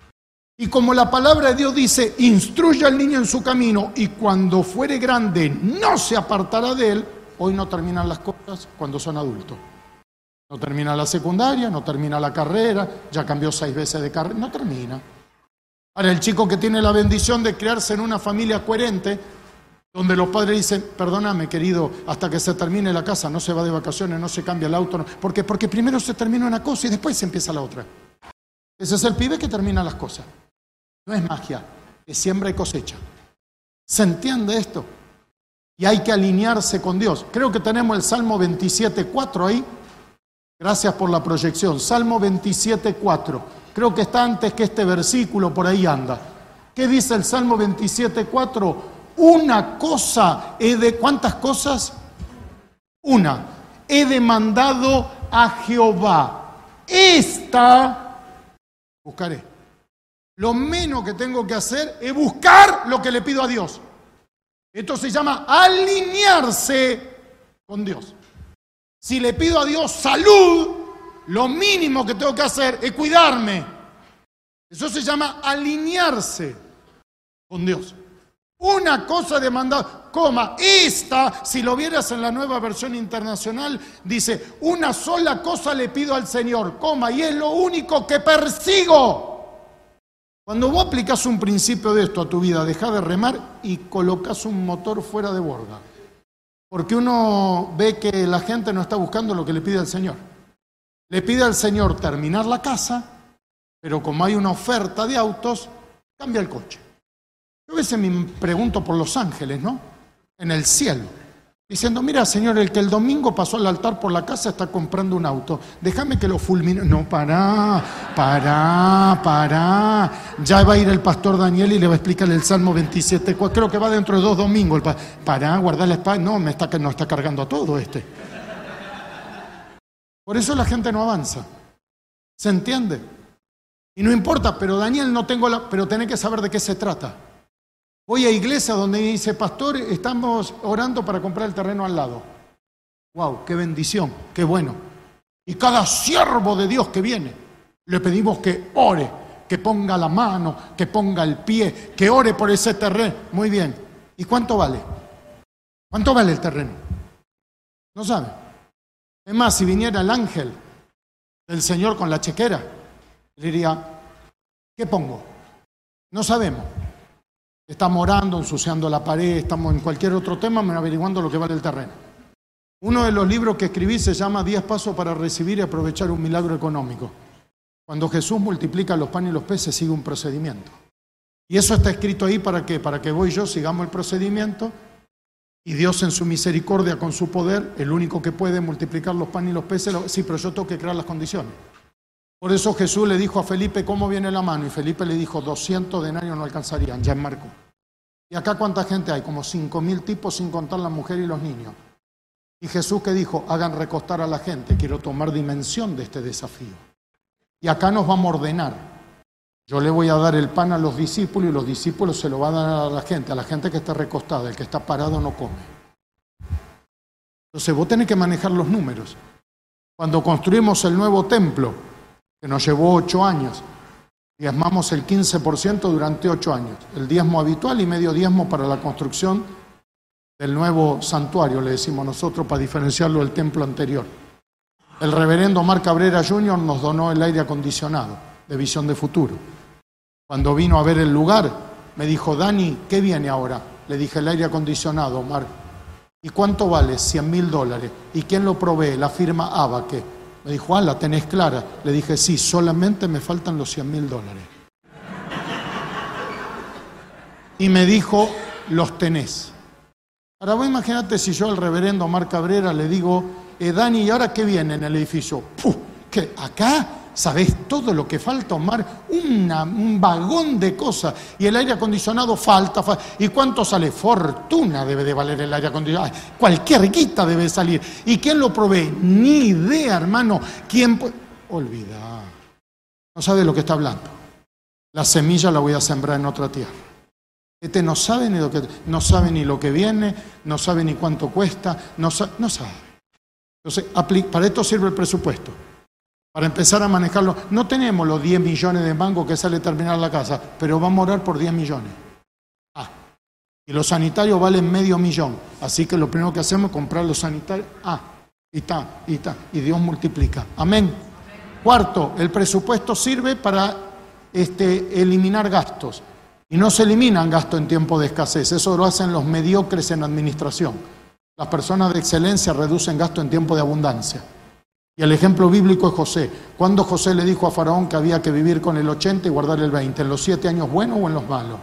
Y como la palabra de Dios dice: instruye al niño en su camino y cuando fuere grande no se apartará de él. Hoy no terminan las cosas cuando son adultos. No termina la secundaria, no termina la carrera, ya cambió 6 veces de carrera, no termina. Ahora, el chico que tiene la bendición de criarse en una familia coherente, donde los padres dicen: perdóname, querido, hasta que se termine la casa, no se va de vacaciones, no se cambia el auto. No. Porque primero se termina una cosa y después se empieza la otra. Ese es el pibe que termina las cosas. No es magia, es siembra y cosecha. ¿Se entiende esto? Y hay que alinearse con Dios. Creo que tenemos el Salmo 27.4 ahí. Gracias por la proyección. Salmo 27.4. Creo que está antes que este versículo, por ahí anda. ¿Qué dice el Salmo 27.4? Una cosa he de... ¿Cuántas cosas? Una. He demandado a Jehová. Esta buscaré. Lo menos que tengo que hacer es buscar lo que le pido a Dios. Esto se llama alinearse con Dios. Si le pido a Dios salud, lo mínimo que tengo que hacer es cuidarme. Eso se llama alinearse con Dios. Una cosa demandada, coma, esta, si lo vieras en la nueva versión internacional, dice, una sola cosa le pido al Señor, coma, y es lo único que persigo. Cuando vos aplicás un principio de esto a tu vida, dejá de remar y colocás un motor fuera de borda. Porque uno ve que la gente no está buscando lo que le pide al Señor. Le pide al Señor terminar la casa, pero como hay una oferta de autos, cambia el coche. Yo a veces me pregunto por los ángeles, ¿no? En el cielo, diciendo, mira, Señor, el que el domingo pasó al altar por la casa está comprando un auto. Déjame que lo fulmine. No, pará. Ya va a ir el pastor Daniel y le va a explicar el Salmo 27. Creo que va dentro de 2 domingos. Pará, guardar la espada. No, no está cargando a todo este. Por eso la gente no avanza. ¿Se entiende? Y no importa, pero Daniel no tengo pero tenés que saber de qué se trata. Voy a iglesia donde dice, pastor, estamos orando para comprar el terreno al lado. ¡Wow! ¡Qué bendición! ¡Qué bueno! Y cada siervo de Dios que viene, le pedimos que ore, que ponga la mano, que ponga el pie, que ore por ese terreno. Muy bien. ¿Y cuánto vale? ¿Cuánto vale el terreno? No sabe. Es más, si viniera el ángel del Señor con la chequera, le diría, ¿qué pongo? No sabemos. Estamos orando, ensuciando la pared, estamos en cualquier otro tema, averiguando lo que vale el terreno. Uno de los libros que escribí se llama 10 pasos para recibir y aprovechar un milagro económico. Cuando Jesús multiplica los panes y los peces, sigue un procedimiento. Y eso está escrito ahí ¿para qué? Para que vos y yo sigamos el procedimiento y Dios en su misericordia, con su poder, el único que puede multiplicar los panes y los peces, sí, pero yo tengo que crear las condiciones. Por eso Jesús le dijo a Felipe, ¿cómo viene la mano? Y Felipe le dijo, 200 denarios no alcanzarían, ya en Marcos. ¿Y acá cuánta gente hay? Como 5.000 tipos, sin contar la mujer y los niños. Y Jesús que dijo, hagan recostar a la gente, quiero tomar dimensión de este desafío. Y acá nos vamos a ordenar. Yo le voy a dar el pan a los discípulos y los discípulos se lo van a dar a la gente que está recostada, el que está parado no come. Entonces vos tenés que manejar los números. Cuando construimos el nuevo templo, que nos llevó 8 años, diezmamos el 15% durante 8 años, el diezmo habitual y medio diezmo para la construcción del nuevo santuario, le decimos nosotros, para diferenciarlo del templo anterior. El reverendo Omar Cabrera Jr. nos donó el aire acondicionado de Visión de Futuro. Cuando vino a ver el lugar, me dijo, Dani, ¿qué viene ahora? Le dije, el aire acondicionado, Omar. ¿Y cuánto vale? $100.000. ¿Y quién lo provee? La firma Abaque. Me dijo, la tenés clara. Le dije, sí, solamente me faltan los $100.000. Y me dijo, los tenés. Ahora vos imagínate si yo al reverendo Omar Cabrera le digo, Dani, ¿y ahora qué viene en el edificio? ¿Qué? ¿Acá? ¿Sabés todo lo que falta, Omar? Un vagón de cosas. Y el aire acondicionado falta. ¿Y cuánto sale? Fortuna debe de valer el aire acondicionado. Cualquier guita debe salir. ¿Y quién lo provee? Ni idea, hermano. ¿Quién puede? Olvidá. No sabe lo que está hablando. La semilla la voy a sembrar en otra tierra. No sabe ni lo que viene, no sabe ni cuánto cuesta, no sabe. Entonces, para esto sirve el presupuesto. Para empezar a manejarlo, no tenemos los 10 millones de mangos que sale terminar la casa, pero vamos a orar por 10 millones. Y los sanitarios valen $500,000. Así que lo primero que hacemos es comprar los sanitarios. Y Dios multiplica. Amén. Cuarto, el presupuesto sirve para eliminar gastos. Y no se eliminan gastos en tiempo de escasez. Eso lo hacen los mediocres en administración. Las personas de excelencia reducen gasto en tiempo de abundancia. Y el ejemplo bíblico es José. ¿Cuándo José le dijo a Faraón que había que vivir con el 80 y guardar el 20? ¿En los 7 años buenos o en los malos?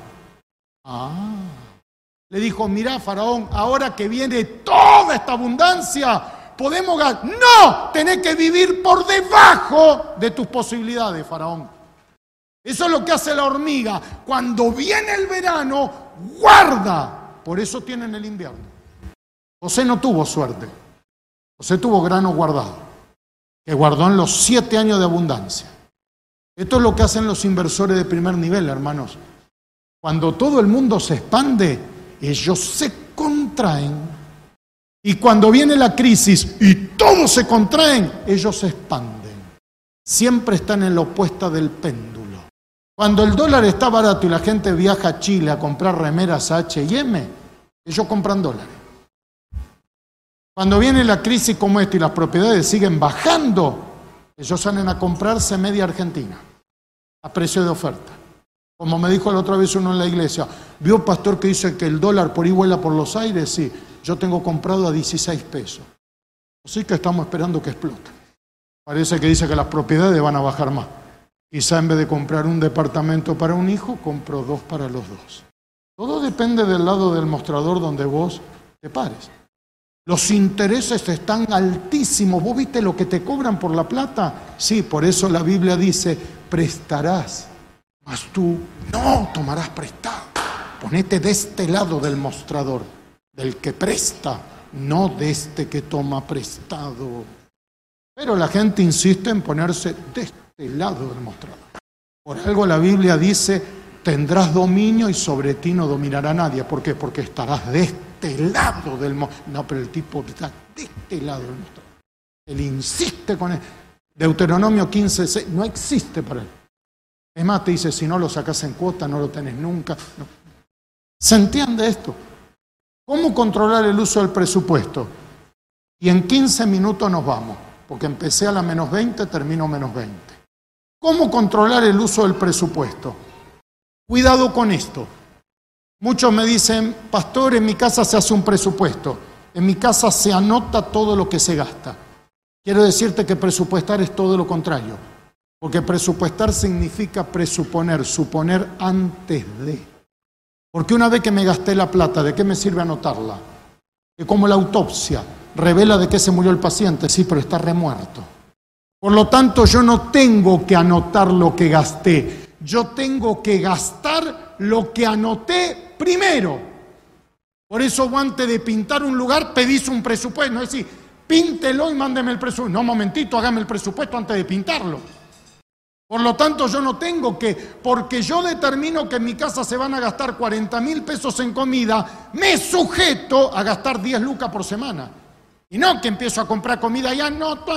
Le dijo, mirá, Faraón, ahora que viene toda esta abundancia, podemos gastar. ¡No! Tenés que vivir por debajo de tus posibilidades, Faraón. Eso es lo que hace la hormiga. Cuando viene el verano, guarda. Por eso tienen el invierno. José no tuvo suerte. José tuvo grano guardado, que guardó en los 7 años de abundancia. Esto es lo que hacen los inversores de primer nivel, hermanos. Cuando todo el mundo se expande, ellos se contraen. Y cuando viene la crisis y todos se contraen, ellos se expanden. Siempre están en la opuesta del péndulo. Cuando el dólar está barato y la gente viaja a Chile a comprar remeras a H&M, ellos compran dólares. Cuando viene la crisis como esta y las propiedades siguen bajando, ellos salen a comprarse media Argentina a precio de oferta. Como me dijo la otra vez uno en la iglesia, ¿vio, pastor, que dice que el dólar por ahí vuela por los aires? Sí, yo tengo comprado a 16 pesos. Así que estamos esperando que explote. Parece que dice que las propiedades van a bajar más. Quizá en vez de comprar un departamento para un hijo, compro 2 para los dos. Todo depende del lado del mostrador donde vos te pares. Los intereses están altísimos. ¿Vos viste lo que te cobran por la plata? Sí, por eso la Biblia dice, prestarás, mas tú no tomarás prestado. Ponete de este lado del mostrador, del que presta, no de este que toma prestado. Pero la gente insiste en ponerse de este lado del mostrador. Por algo la Biblia dice, tendrás dominio y sobre ti no dominará nadie. ¿Por qué? Porque estarás de este lado del mostrador. No, pero el tipo está de este lado del mostrador. Él insiste con él. Deuteronomio 15:6, no existe para él. Es más, te dice, si no lo sacas en cuota, no lo tenés nunca. No. ¿Se entiende esto? ¿Cómo controlar el uso del presupuesto? Y en 15 minutos nos vamos, porque empecé a la menos 20, termino menos 20. ¿Cómo controlar el uso del presupuesto? Cuidado con esto. Muchos me dicen, pastor, en mi casa se hace un presupuesto. En mi casa se anota todo lo que se gasta. Quiero decirte que presupuestar es todo lo contrario. Porque presupuestar significa presuponer, suponer antes de. Porque una vez que me gasté la plata, ¿de qué me sirve anotarla? Es como la autopsia. Revela de qué se murió el paciente, sí, pero está remuerto. Por lo tanto, yo no tengo que anotar lo que gasté. Yo tengo que gastar lo que anoté primero. Por eso, vos antes de pintar un lugar, pedís un presupuesto. No es decir, píntelo y mándeme el presupuesto. No, momentito, hágame el presupuesto antes de pintarlo. Por lo tanto, yo no tengo que, porque yo determino que en mi casa se van a gastar 40.000 pesos en comida, me sujeto a gastar 10 lucas por semana. Y no que empiezo a comprar comida y anoto.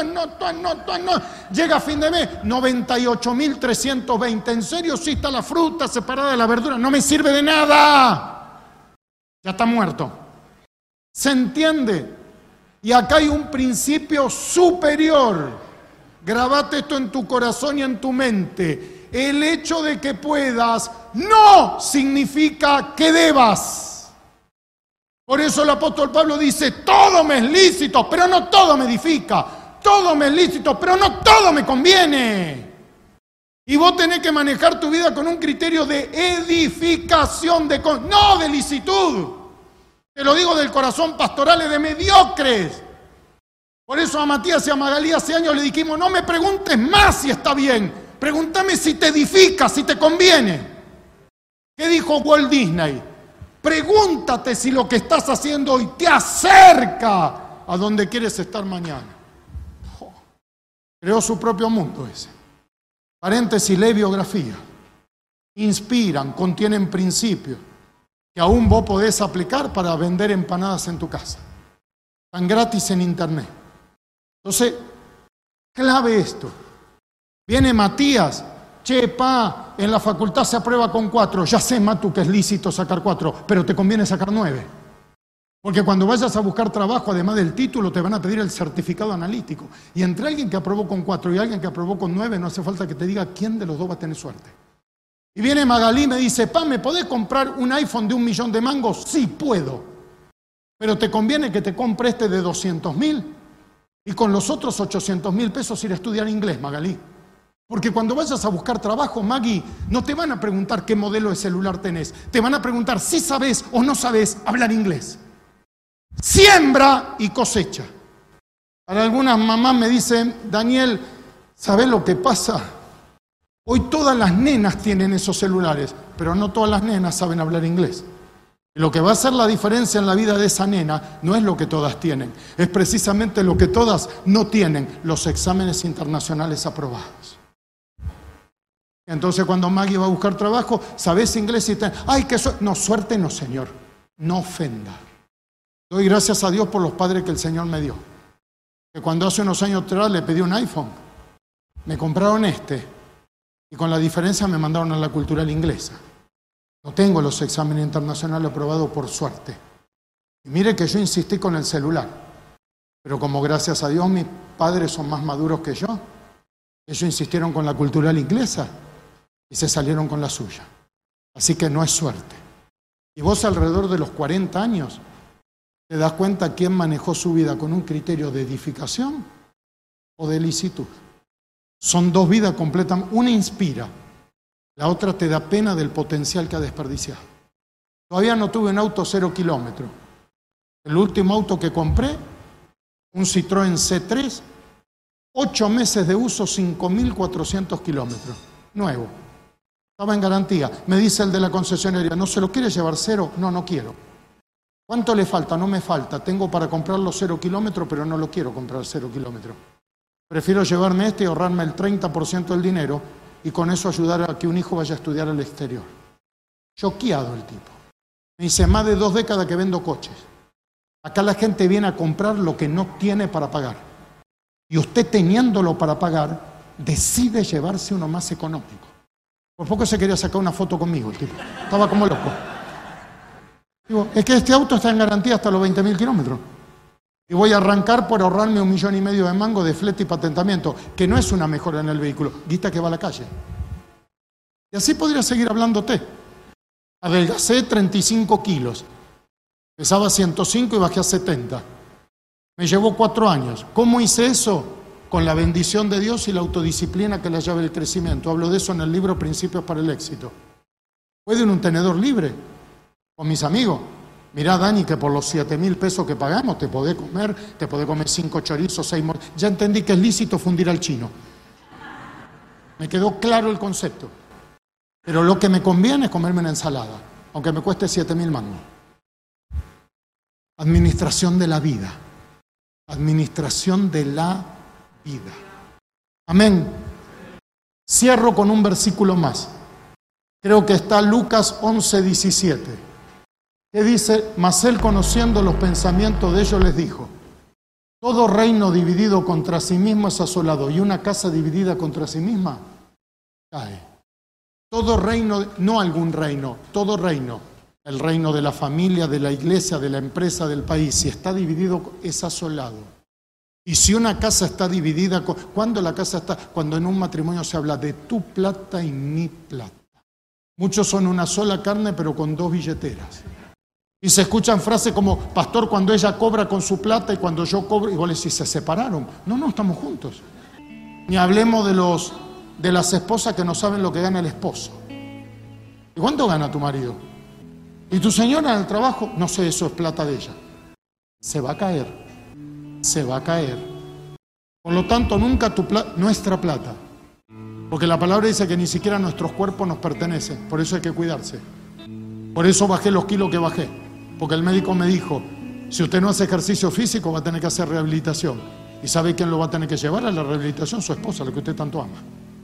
Llega a fin de mes, 98.320. ¿En serio? Sí, está la fruta separada de la verdura. No me sirve de nada. Ya está muerto. ¿Se entiende? Y acá hay un principio superior. Grabate esto en tu corazón y en tu mente. El hecho de que puedas no significa que debas. Por eso el apóstol Pablo dice, todo me es lícito, pero no todo me edifica. Todo me es lícito, pero no todo me conviene. Y vos tenés que manejar tu vida con un criterio de edificación, no de licitud. Te lo digo del corazón pastoral, es de mediocres. Por eso a Matías y a Magalí hace años le dijimos, no me preguntes más si está bien, pregúntame si te edifica, si te conviene. ¿Qué dijo Walt Disney? Pregúntate si lo que estás haciendo hoy te acerca a donde quieres estar mañana. Creó su propio mundo ese. Paréntesis, lee biografía. Inspiran, contienen principios que aún vos podés aplicar para vender empanadas en tu casa. Están gratis en internet. Entonces, clave esto. Viene Matías, che, en la facultad se aprueba con 4. Ya sé, Matu, que es lícito sacar 4, pero te conviene sacar 9. Porque cuando vayas a buscar trabajo, además del título, te van a pedir el certificado analítico. Y entre alguien que aprobó con 4 y alguien que aprobó con 9, no hace falta que te diga quién de los dos va a tener suerte. Y viene Magalí y me dice, ¿me podés comprar un iPhone de 1.000.000 de mangos? Sí, puedo. Pero te conviene que te compre este de 200.000 y con los otros 800.000 pesos ir a estudiar inglés, Magalí. Porque cuando vayas a buscar trabajo, Magui, no te van a preguntar qué modelo de celular tenés. Te van a preguntar si sabés o no sabés hablar inglés. Siembra y cosecha. Para algunas mamás me dicen, Daniel, ¿sabés lo que pasa? Hoy todas las nenas tienen esos celulares, pero no todas las nenas saben hablar inglés. Y lo que va a hacer la diferencia en la vida de esa nena no es lo que todas tienen, es precisamente lo que todas no tienen, los exámenes internacionales aprobados. Entonces cuando Maggie va a buscar trabajo, ¿sabés inglés? Y ¡ay, qué suerte! No, suerte no, Señor, no ofenda. Doy gracias a Dios por los padres que el Señor me dio. Que cuando hace unos años atrás le pedí un iPhone, me compraron este. Y con la diferencia me mandaron a la cultural inglesa. No tengo los exámenes internacionales aprobados por suerte. Y mire que yo insistí con el celular. Pero como gracias a Dios mis padres son más maduros que yo, ellos insistieron con la cultural inglesa y se salieron con la suya. Así que no es suerte. Y vos alrededor de los 40 años te das cuenta quién manejó su vida con un criterio de edificación o de licitud. Son dos vidas completas. Una inspira, la otra te da pena del potencial que ha desperdiciado. Todavía no tuve un auto 0 kilómetros. El último auto que compré, un Citroën C3, 8 meses de uso, 5.400 kilómetros. Nuevo. Estaba en garantía. Me dice el de la concesionaria, ¿no se lo quiere llevar cero? No, no quiero. ¿Cuánto le falta? No me falta. Tengo para comprarlo 0 kilómetros, pero no lo quiero comprar 0 kilómetros. Prefiero llevarme este y ahorrarme el 30% del dinero y con eso ayudar a que un hijo vaya a estudiar al exterior. Choqueado el tipo. Me dice, más de 2 décadas que vendo coches. Acá la gente viene a comprar lo que no tiene para pagar. Y usted teniéndolo para pagar, decide llevarse uno más económico. Por poco se quería sacar una foto conmigo el tipo. Estaba como loco. Digo, es que este auto está en garantía hasta los 20.000 kilómetros. Y voy a arrancar por ahorrarme 1,5 millones de mangos de flete y patentamiento, que no es una mejora en el vehículo, guita que va a la calle. Y así podría seguir hablándote. Adelgacé 35 kilos. Pesaba 105 y bajé a 70. Me llevó 4 años. ¿Cómo hice eso? Con la bendición de Dios y la autodisciplina que es la llave del crecimiento. Hablo de eso en el libro Principios para el Éxito. Fue en un tenedor libre, con mis amigos. Mirá, Dani, que por los 7.000 pesos que pagamos te podés comer 5 chorizos, 6 Ya entendí que es lícito fundir al chino. Me quedó claro el concepto. Pero lo que me conviene es comerme una ensalada, aunque me cueste 7.000 mangos. Administración de la vida. Administración de la vida. Amén. Cierro con un versículo más. Creo que está Lucas 11:17. Que dice, mas él conociendo los pensamientos de ellos les dijo, todo reino dividido contra sí mismo es asolado y una casa dividida contra sí misma cae. Todo reino, no algún reino, todo reino, el reino de la familia, de la iglesia, de la empresa, del país, si está dividido es asolado. Y si una casa está dividida, ¿cuándo la casa está? Cuando en un matrimonio se habla de tu plata y mi plata. Muchos son una sola carne pero con 2 billeteras. Y se escuchan frases como, pastor, cuando ella cobra con su plata y cuando yo cobro, igual si se separaron. No, estamos juntos. Ni hablemos de las esposas que no saben lo que gana el esposo. ¿Y cuánto gana tu marido? ¿Y tu señora en el trabajo? No sé, eso es plata de ella. Se va a caer. Se va a caer. Por lo tanto, nunca nuestra plata. Porque la palabra dice que ni siquiera nuestros cuerpos nos pertenecen. Por eso hay que cuidarse. Por eso bajé los kilos que bajé. Porque el médico me dijo, si usted no hace ejercicio físico va a tener que hacer rehabilitación. ¿Y sabe quién lo va a tener que llevar a la rehabilitación? Su esposa, la que usted tanto ama.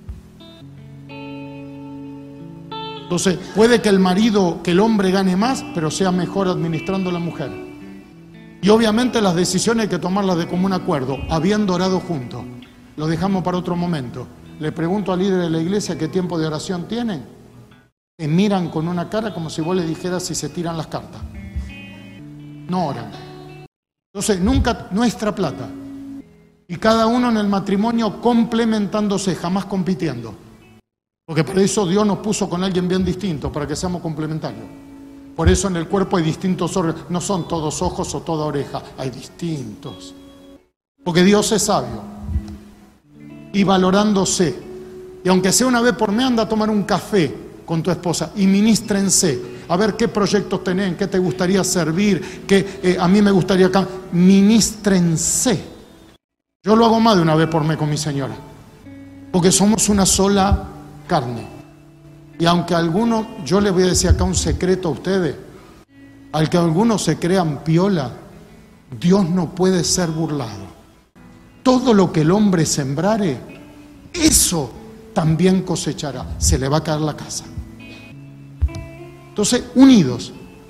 Entonces, puede que el hombre gane más, pero sea mejor administrando a la mujer. Y obviamente las decisiones hay que tomarlas de común acuerdo, habiendo orado juntos. Lo dejamos para otro momento. Le pregunto al líder de la iglesia qué tiempo de oración tienen. Te miran con una cara como si vos le dijeras si se tiran las cartas. No oran. Entonces, nunca nuestra plata. Y cada uno en el matrimonio complementándose, jamás compitiendo. Porque para eso Dios nos puso con alguien bien distinto, para que seamos complementarios. Por eso en el cuerpo hay distintos órganos. No son todos ojos o toda oreja, hay distintos. Porque Dios es sabio. Y valorándose. Y aunque sea una vez por mes, anda a tomar un café con tu esposa y ministrense. A ver qué proyectos tenés, qué te gustaría servir, qué a mí me gustaría... Ministrense. Yo lo hago más de una vez por mes con mi señora. Porque somos una sola carne. Y aunque algunos, yo les voy a decir acá un secreto a ustedes, al que algunos se crean piola, Dios no puede ser burlado. Todo lo que el hombre sembrare, eso también cosechará. Se le va a caer la casa. Entonces, unidos.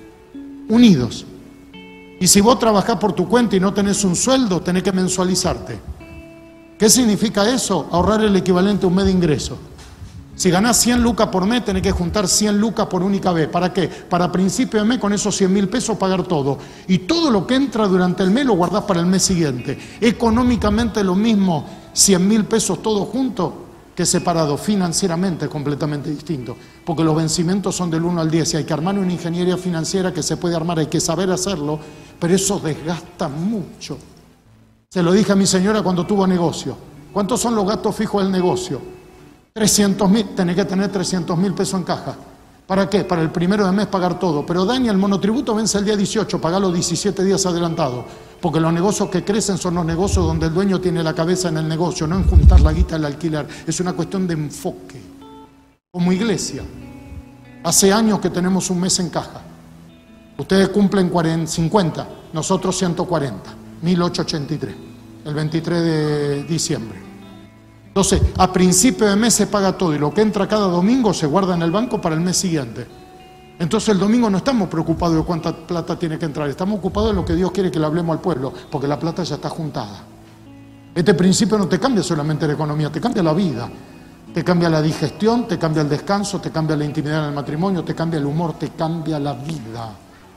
Y si vos trabajás por tu cuenta y no tenés un sueldo, tenés que mensualizarte. ¿Qué significa eso? Ahorrar el equivalente a un mes de ingreso. Si ganás 100 lucas por mes, tenés que juntar 100 lucas por única vez. ¿Para qué? Para principio de mes, con esos 100.000 pesos, pagar todo. Y todo lo que entra durante el mes lo guardás para el mes siguiente. Económicamente lo mismo, 100.000 pesos todos juntos, que separado. Financieramente completamente distinto. Porque los vencimientos son del 1 al 10. Y hay que armar una ingeniería financiera que se puede armar, hay que saber hacerlo, pero eso desgasta mucho. Se lo dije a mi señora cuando tuvo negocio. ¿Cuántos son los gastos fijos del negocio? 300.000, tenés que tener 300.000 pesos en caja. ¿Para qué? Para el 1 de mes pagar todo. Pero Dani, el monotributo vence el día 18, pagalo 17 días adelantado. Porque los negocios que crecen son los negocios donde el dueño tiene la cabeza en el negocio, no en juntar la guita del alquiler. Es una cuestión de enfoque. Como iglesia, hace años que tenemos un mes en caja. Ustedes cumplen 50, nosotros 140, 1883, el 23 de diciembre. Entonces, a principio de mes se paga todo y lo que entra cada domingo se guarda en el banco para el mes siguiente. Entonces el domingo no estamos preocupados de cuánta plata tiene que entrar, estamos ocupados de lo que Dios quiere que le hablemos al pueblo, porque la plata ya está juntada. Este principio no te cambia solamente la economía, te cambia la vida, te cambia la digestión, te cambia el descanso, te cambia la intimidad en el matrimonio, te cambia el humor, te cambia la vida.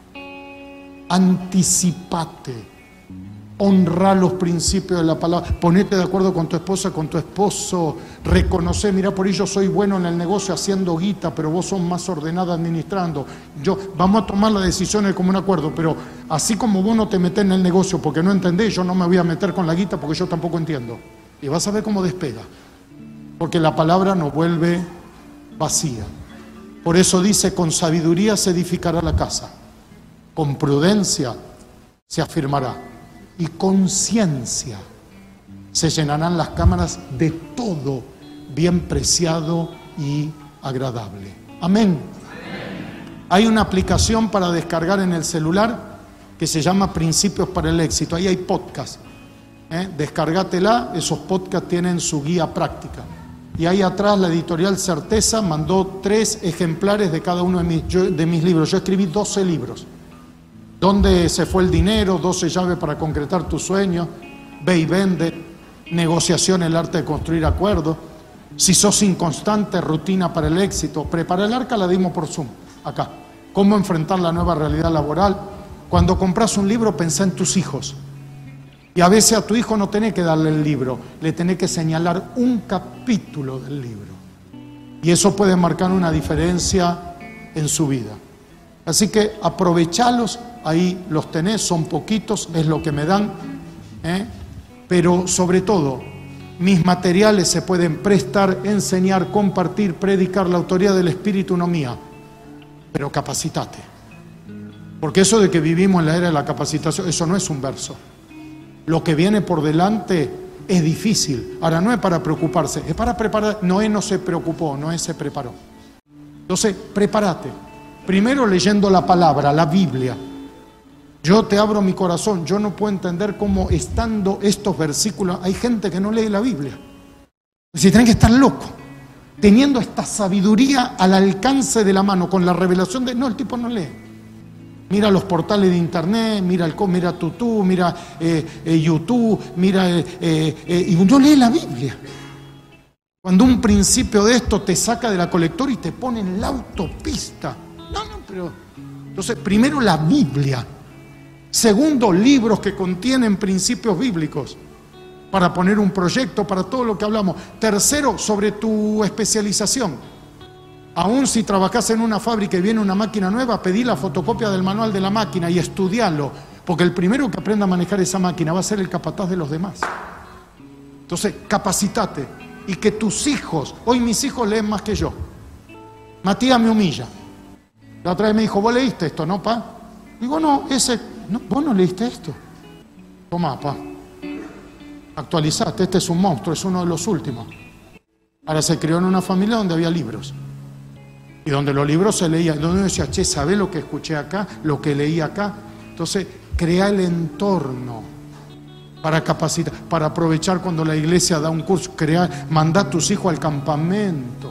Anticipate. Honra los principios de la palabra, ponete de acuerdo con tu esposa, con tu esposo, reconocer, mira, por ello soy bueno en el negocio haciendo guita, pero vos sos más ordenada administrando. Vamos a tomar las decisiones como un acuerdo, pero así como vos no te metés en el negocio porque no entendés, yo no me voy a meter con la guita porque yo tampoco entiendo. Y vas a ver cómo despega, porque la palabra no vuelve vacía. Por eso dice, con sabiduría se edificará la casa, con prudencia se afirmará. Y con ciencia se llenarán las cámaras de todo bien preciado y agradable. Amén. Hay una aplicación para descargar en el celular que se llama Principios para el Éxito. Ahí hay podcast. Descargátela, esos podcasts tienen su guía práctica. Y ahí atrás la editorial Certeza mandó 3 ejemplares de cada uno de mis libros. Yo escribí 12 libros. ¿Dónde se fue el dinero? 12 llaves para concretar tus sueños. Ve y vende. Negociación, el arte de construir acuerdos. Si sos inconstante, rutina para el éxito. Prepara el arca, la dimos por Zoom. Acá. Cómo enfrentar la nueva realidad laboral. Cuando compras un libro, pensá en tus hijos. Y a veces a tu hijo no tenés que darle el libro. Le tenés que señalar un capítulo del libro. Y eso puede marcar una diferencia en su vida. Así que aprovechalos, ahí los tenés, son poquitos, es lo que me dan, pero sobre todo, mis materiales se pueden prestar, enseñar, compartir, predicar, la autoridad del Espíritu no mía, pero capacitate. Porque eso de que vivimos en la era de la capacitación, eso no es un verso. Lo que viene por delante es difícil. Ahora, no es para preocuparse, es para preparar. Noé no se preocupó, Noé se preparó. Entonces, prepárate. Primero leyendo la palabra, la Biblia. Yo te abro mi corazón, yo no puedo entender cómo estando estos versículos, hay gente que no lee la Biblia. Si tienen que estar locos, teniendo esta sabiduría al alcance de la mano, con la revelación de... No, el tipo no lee. Mira los portales de internet, mira Tutú, mira YouTube, y no lee la Biblia. Cuando un principio de esto te saca de la colectora y te pone en la autopista. Pero entonces, primero la Biblia. Segundo, libros que contienen principios bíblicos para poner un proyecto, para todo lo que hablamos. Tercero, sobre tu especialización. Aún si trabajás en una fábrica y viene una máquina nueva, pedí la fotocopia del manual de la máquina y estudialo, porque el primero que aprenda a manejar esa máquina va a ser el capataz de los demás. Entonces, capacitate y que tus hijos, hoy mis hijos leen más que yo. Matías me humilla. La otra vez me dijo, ¿vos leíste esto, no, pa? Digo, no, vos no leíste esto. Tomá, pa. Actualizate, este es un monstruo, es uno de los últimos. Ahora se crió en una familia donde había libros. Y donde los libros se leían. Donde uno decía, che, ¿sabés lo que escuché acá? Lo que leí acá. Entonces, crea el entorno para capacitar, para aprovechar cuando la iglesia da un curso. Mandá a tus hijos al campamento.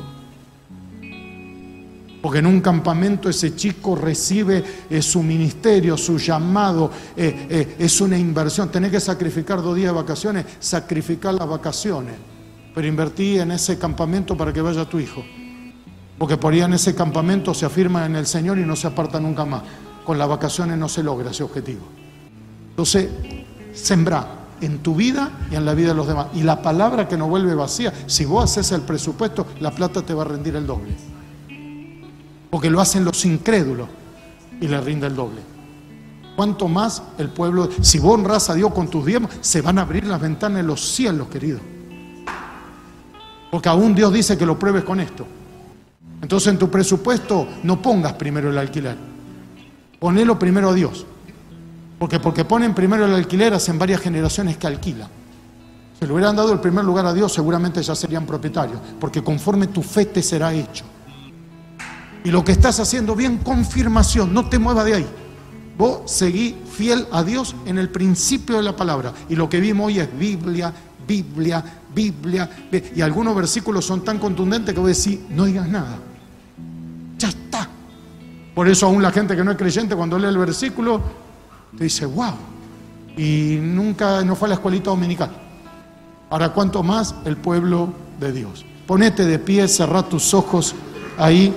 Porque en un campamento ese chico recibe su ministerio, su llamado, es una inversión. Tenés que sacrificar 2 días de vacaciones, sacrificar las vacaciones pero invertí en ese campamento para que vaya tu hijo. Porque por ahí en ese campamento se afirman en el Señor y no se aparta nunca más. Con las vacaciones no se logra ese objetivo. Entonces, sembrá en tu vida y en la vida de los demás. Y la palabra que no vuelve vacía, si vos haces el presupuesto, la plata te va a rendir el doble. Porque lo hacen los incrédulos y le rinde el doble. Cuanto más el pueblo, si vos honrás a Dios con tus diezmos, se van a abrir las ventanas de los cielos, querido. Porque aún Dios dice que lo pruebes con esto. Entonces en tu presupuesto no pongas primero el alquiler. Ponelo primero a Dios. Porque ponen primero el alquiler, hacen varias generaciones que alquilan. Si le hubieran dado el primer lugar a Dios, seguramente ya serían propietarios. Porque conforme tu fe te será hecho. Y lo que estás haciendo bien, confirmación, no te muevas de ahí. Vos seguí fiel a Dios en el principio de la palabra. Y lo que vimos hoy es Biblia, Biblia, Biblia. Y algunos versículos son tan contundentes que vos decís, no digas nada. Ya está. Por eso aún la gente que no es creyente, cuando lee el versículo, te dice, wow. Y nunca no fue a la escuelita dominical. Ahora, ¿cuánto más el pueblo de Dios? Ponete de pie, cerrá tus ojos ahí.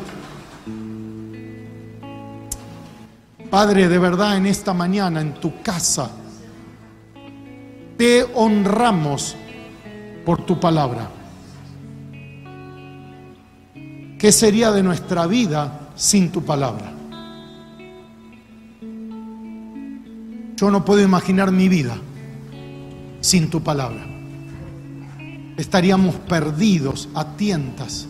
Padre, de verdad en esta mañana en tu casa te honramos por tu palabra. ¿Qué sería de nuestra vida sin tu palabra? Yo no puedo imaginar mi vida sin tu palabra. Estaríamos perdidos a tientas.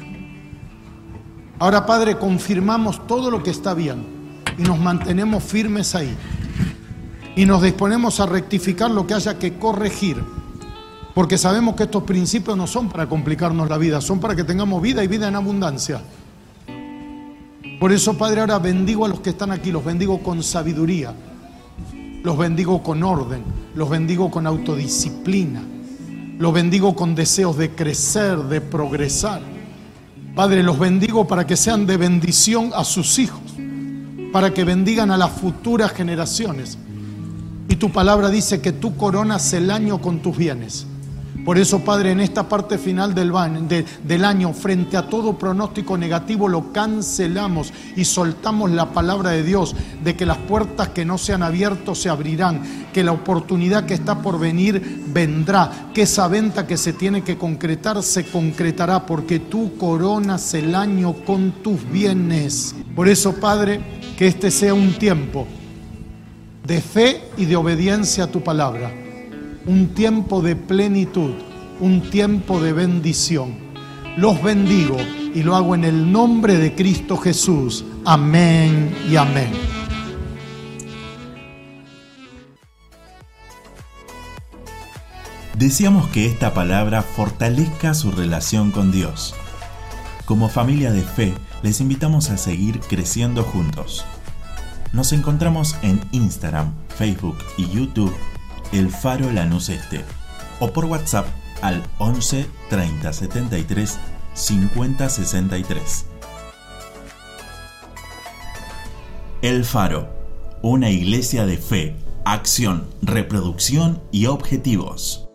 Ahora, Padre, confirmamos todo lo que está bien. Y nos mantenemos firmes ahí. Y nos disponemos a rectificar lo que haya que corregir. Porque sabemos que estos principios no son para complicarnos la vida, son para que tengamos vida y vida en abundancia. Por eso, Padre, ahora bendigo a los que están aquí, los bendigo con sabiduría, los bendigo con orden, los bendigo con autodisciplina, los bendigo con deseos de crecer, de progresar. Padre, los bendigo para que sean de bendición a sus hijos, para que bendigan a las futuras generaciones. Y tu palabra dice que tú coronas el año con tus bienes. Por eso, Padre, en esta parte final del año, frente a todo pronóstico negativo, lo cancelamos y soltamos la palabra de Dios de que las puertas que no se han abierto se abrirán, que la oportunidad que está por venir vendrá, que esa venta que se tiene que concretar se concretará, porque tú coronas el año con tus bienes. Por eso, Padre, que este sea un tiempo de fe y de obediencia a tu palabra. Un tiempo de plenitud, un tiempo de bendición. Los bendigo y lo hago en el nombre de Cristo Jesús. Amén y amén. Deseamos que esta palabra fortalezca su relación con Dios. Como familia de fe, les invitamos a seguir creciendo juntos. Nos encontramos en Instagram, Facebook y YouTube, El Faro Lanús Este, o por WhatsApp al 11 30 73 50 63. El Faro, una iglesia de fe, acción, reproducción y objetivos.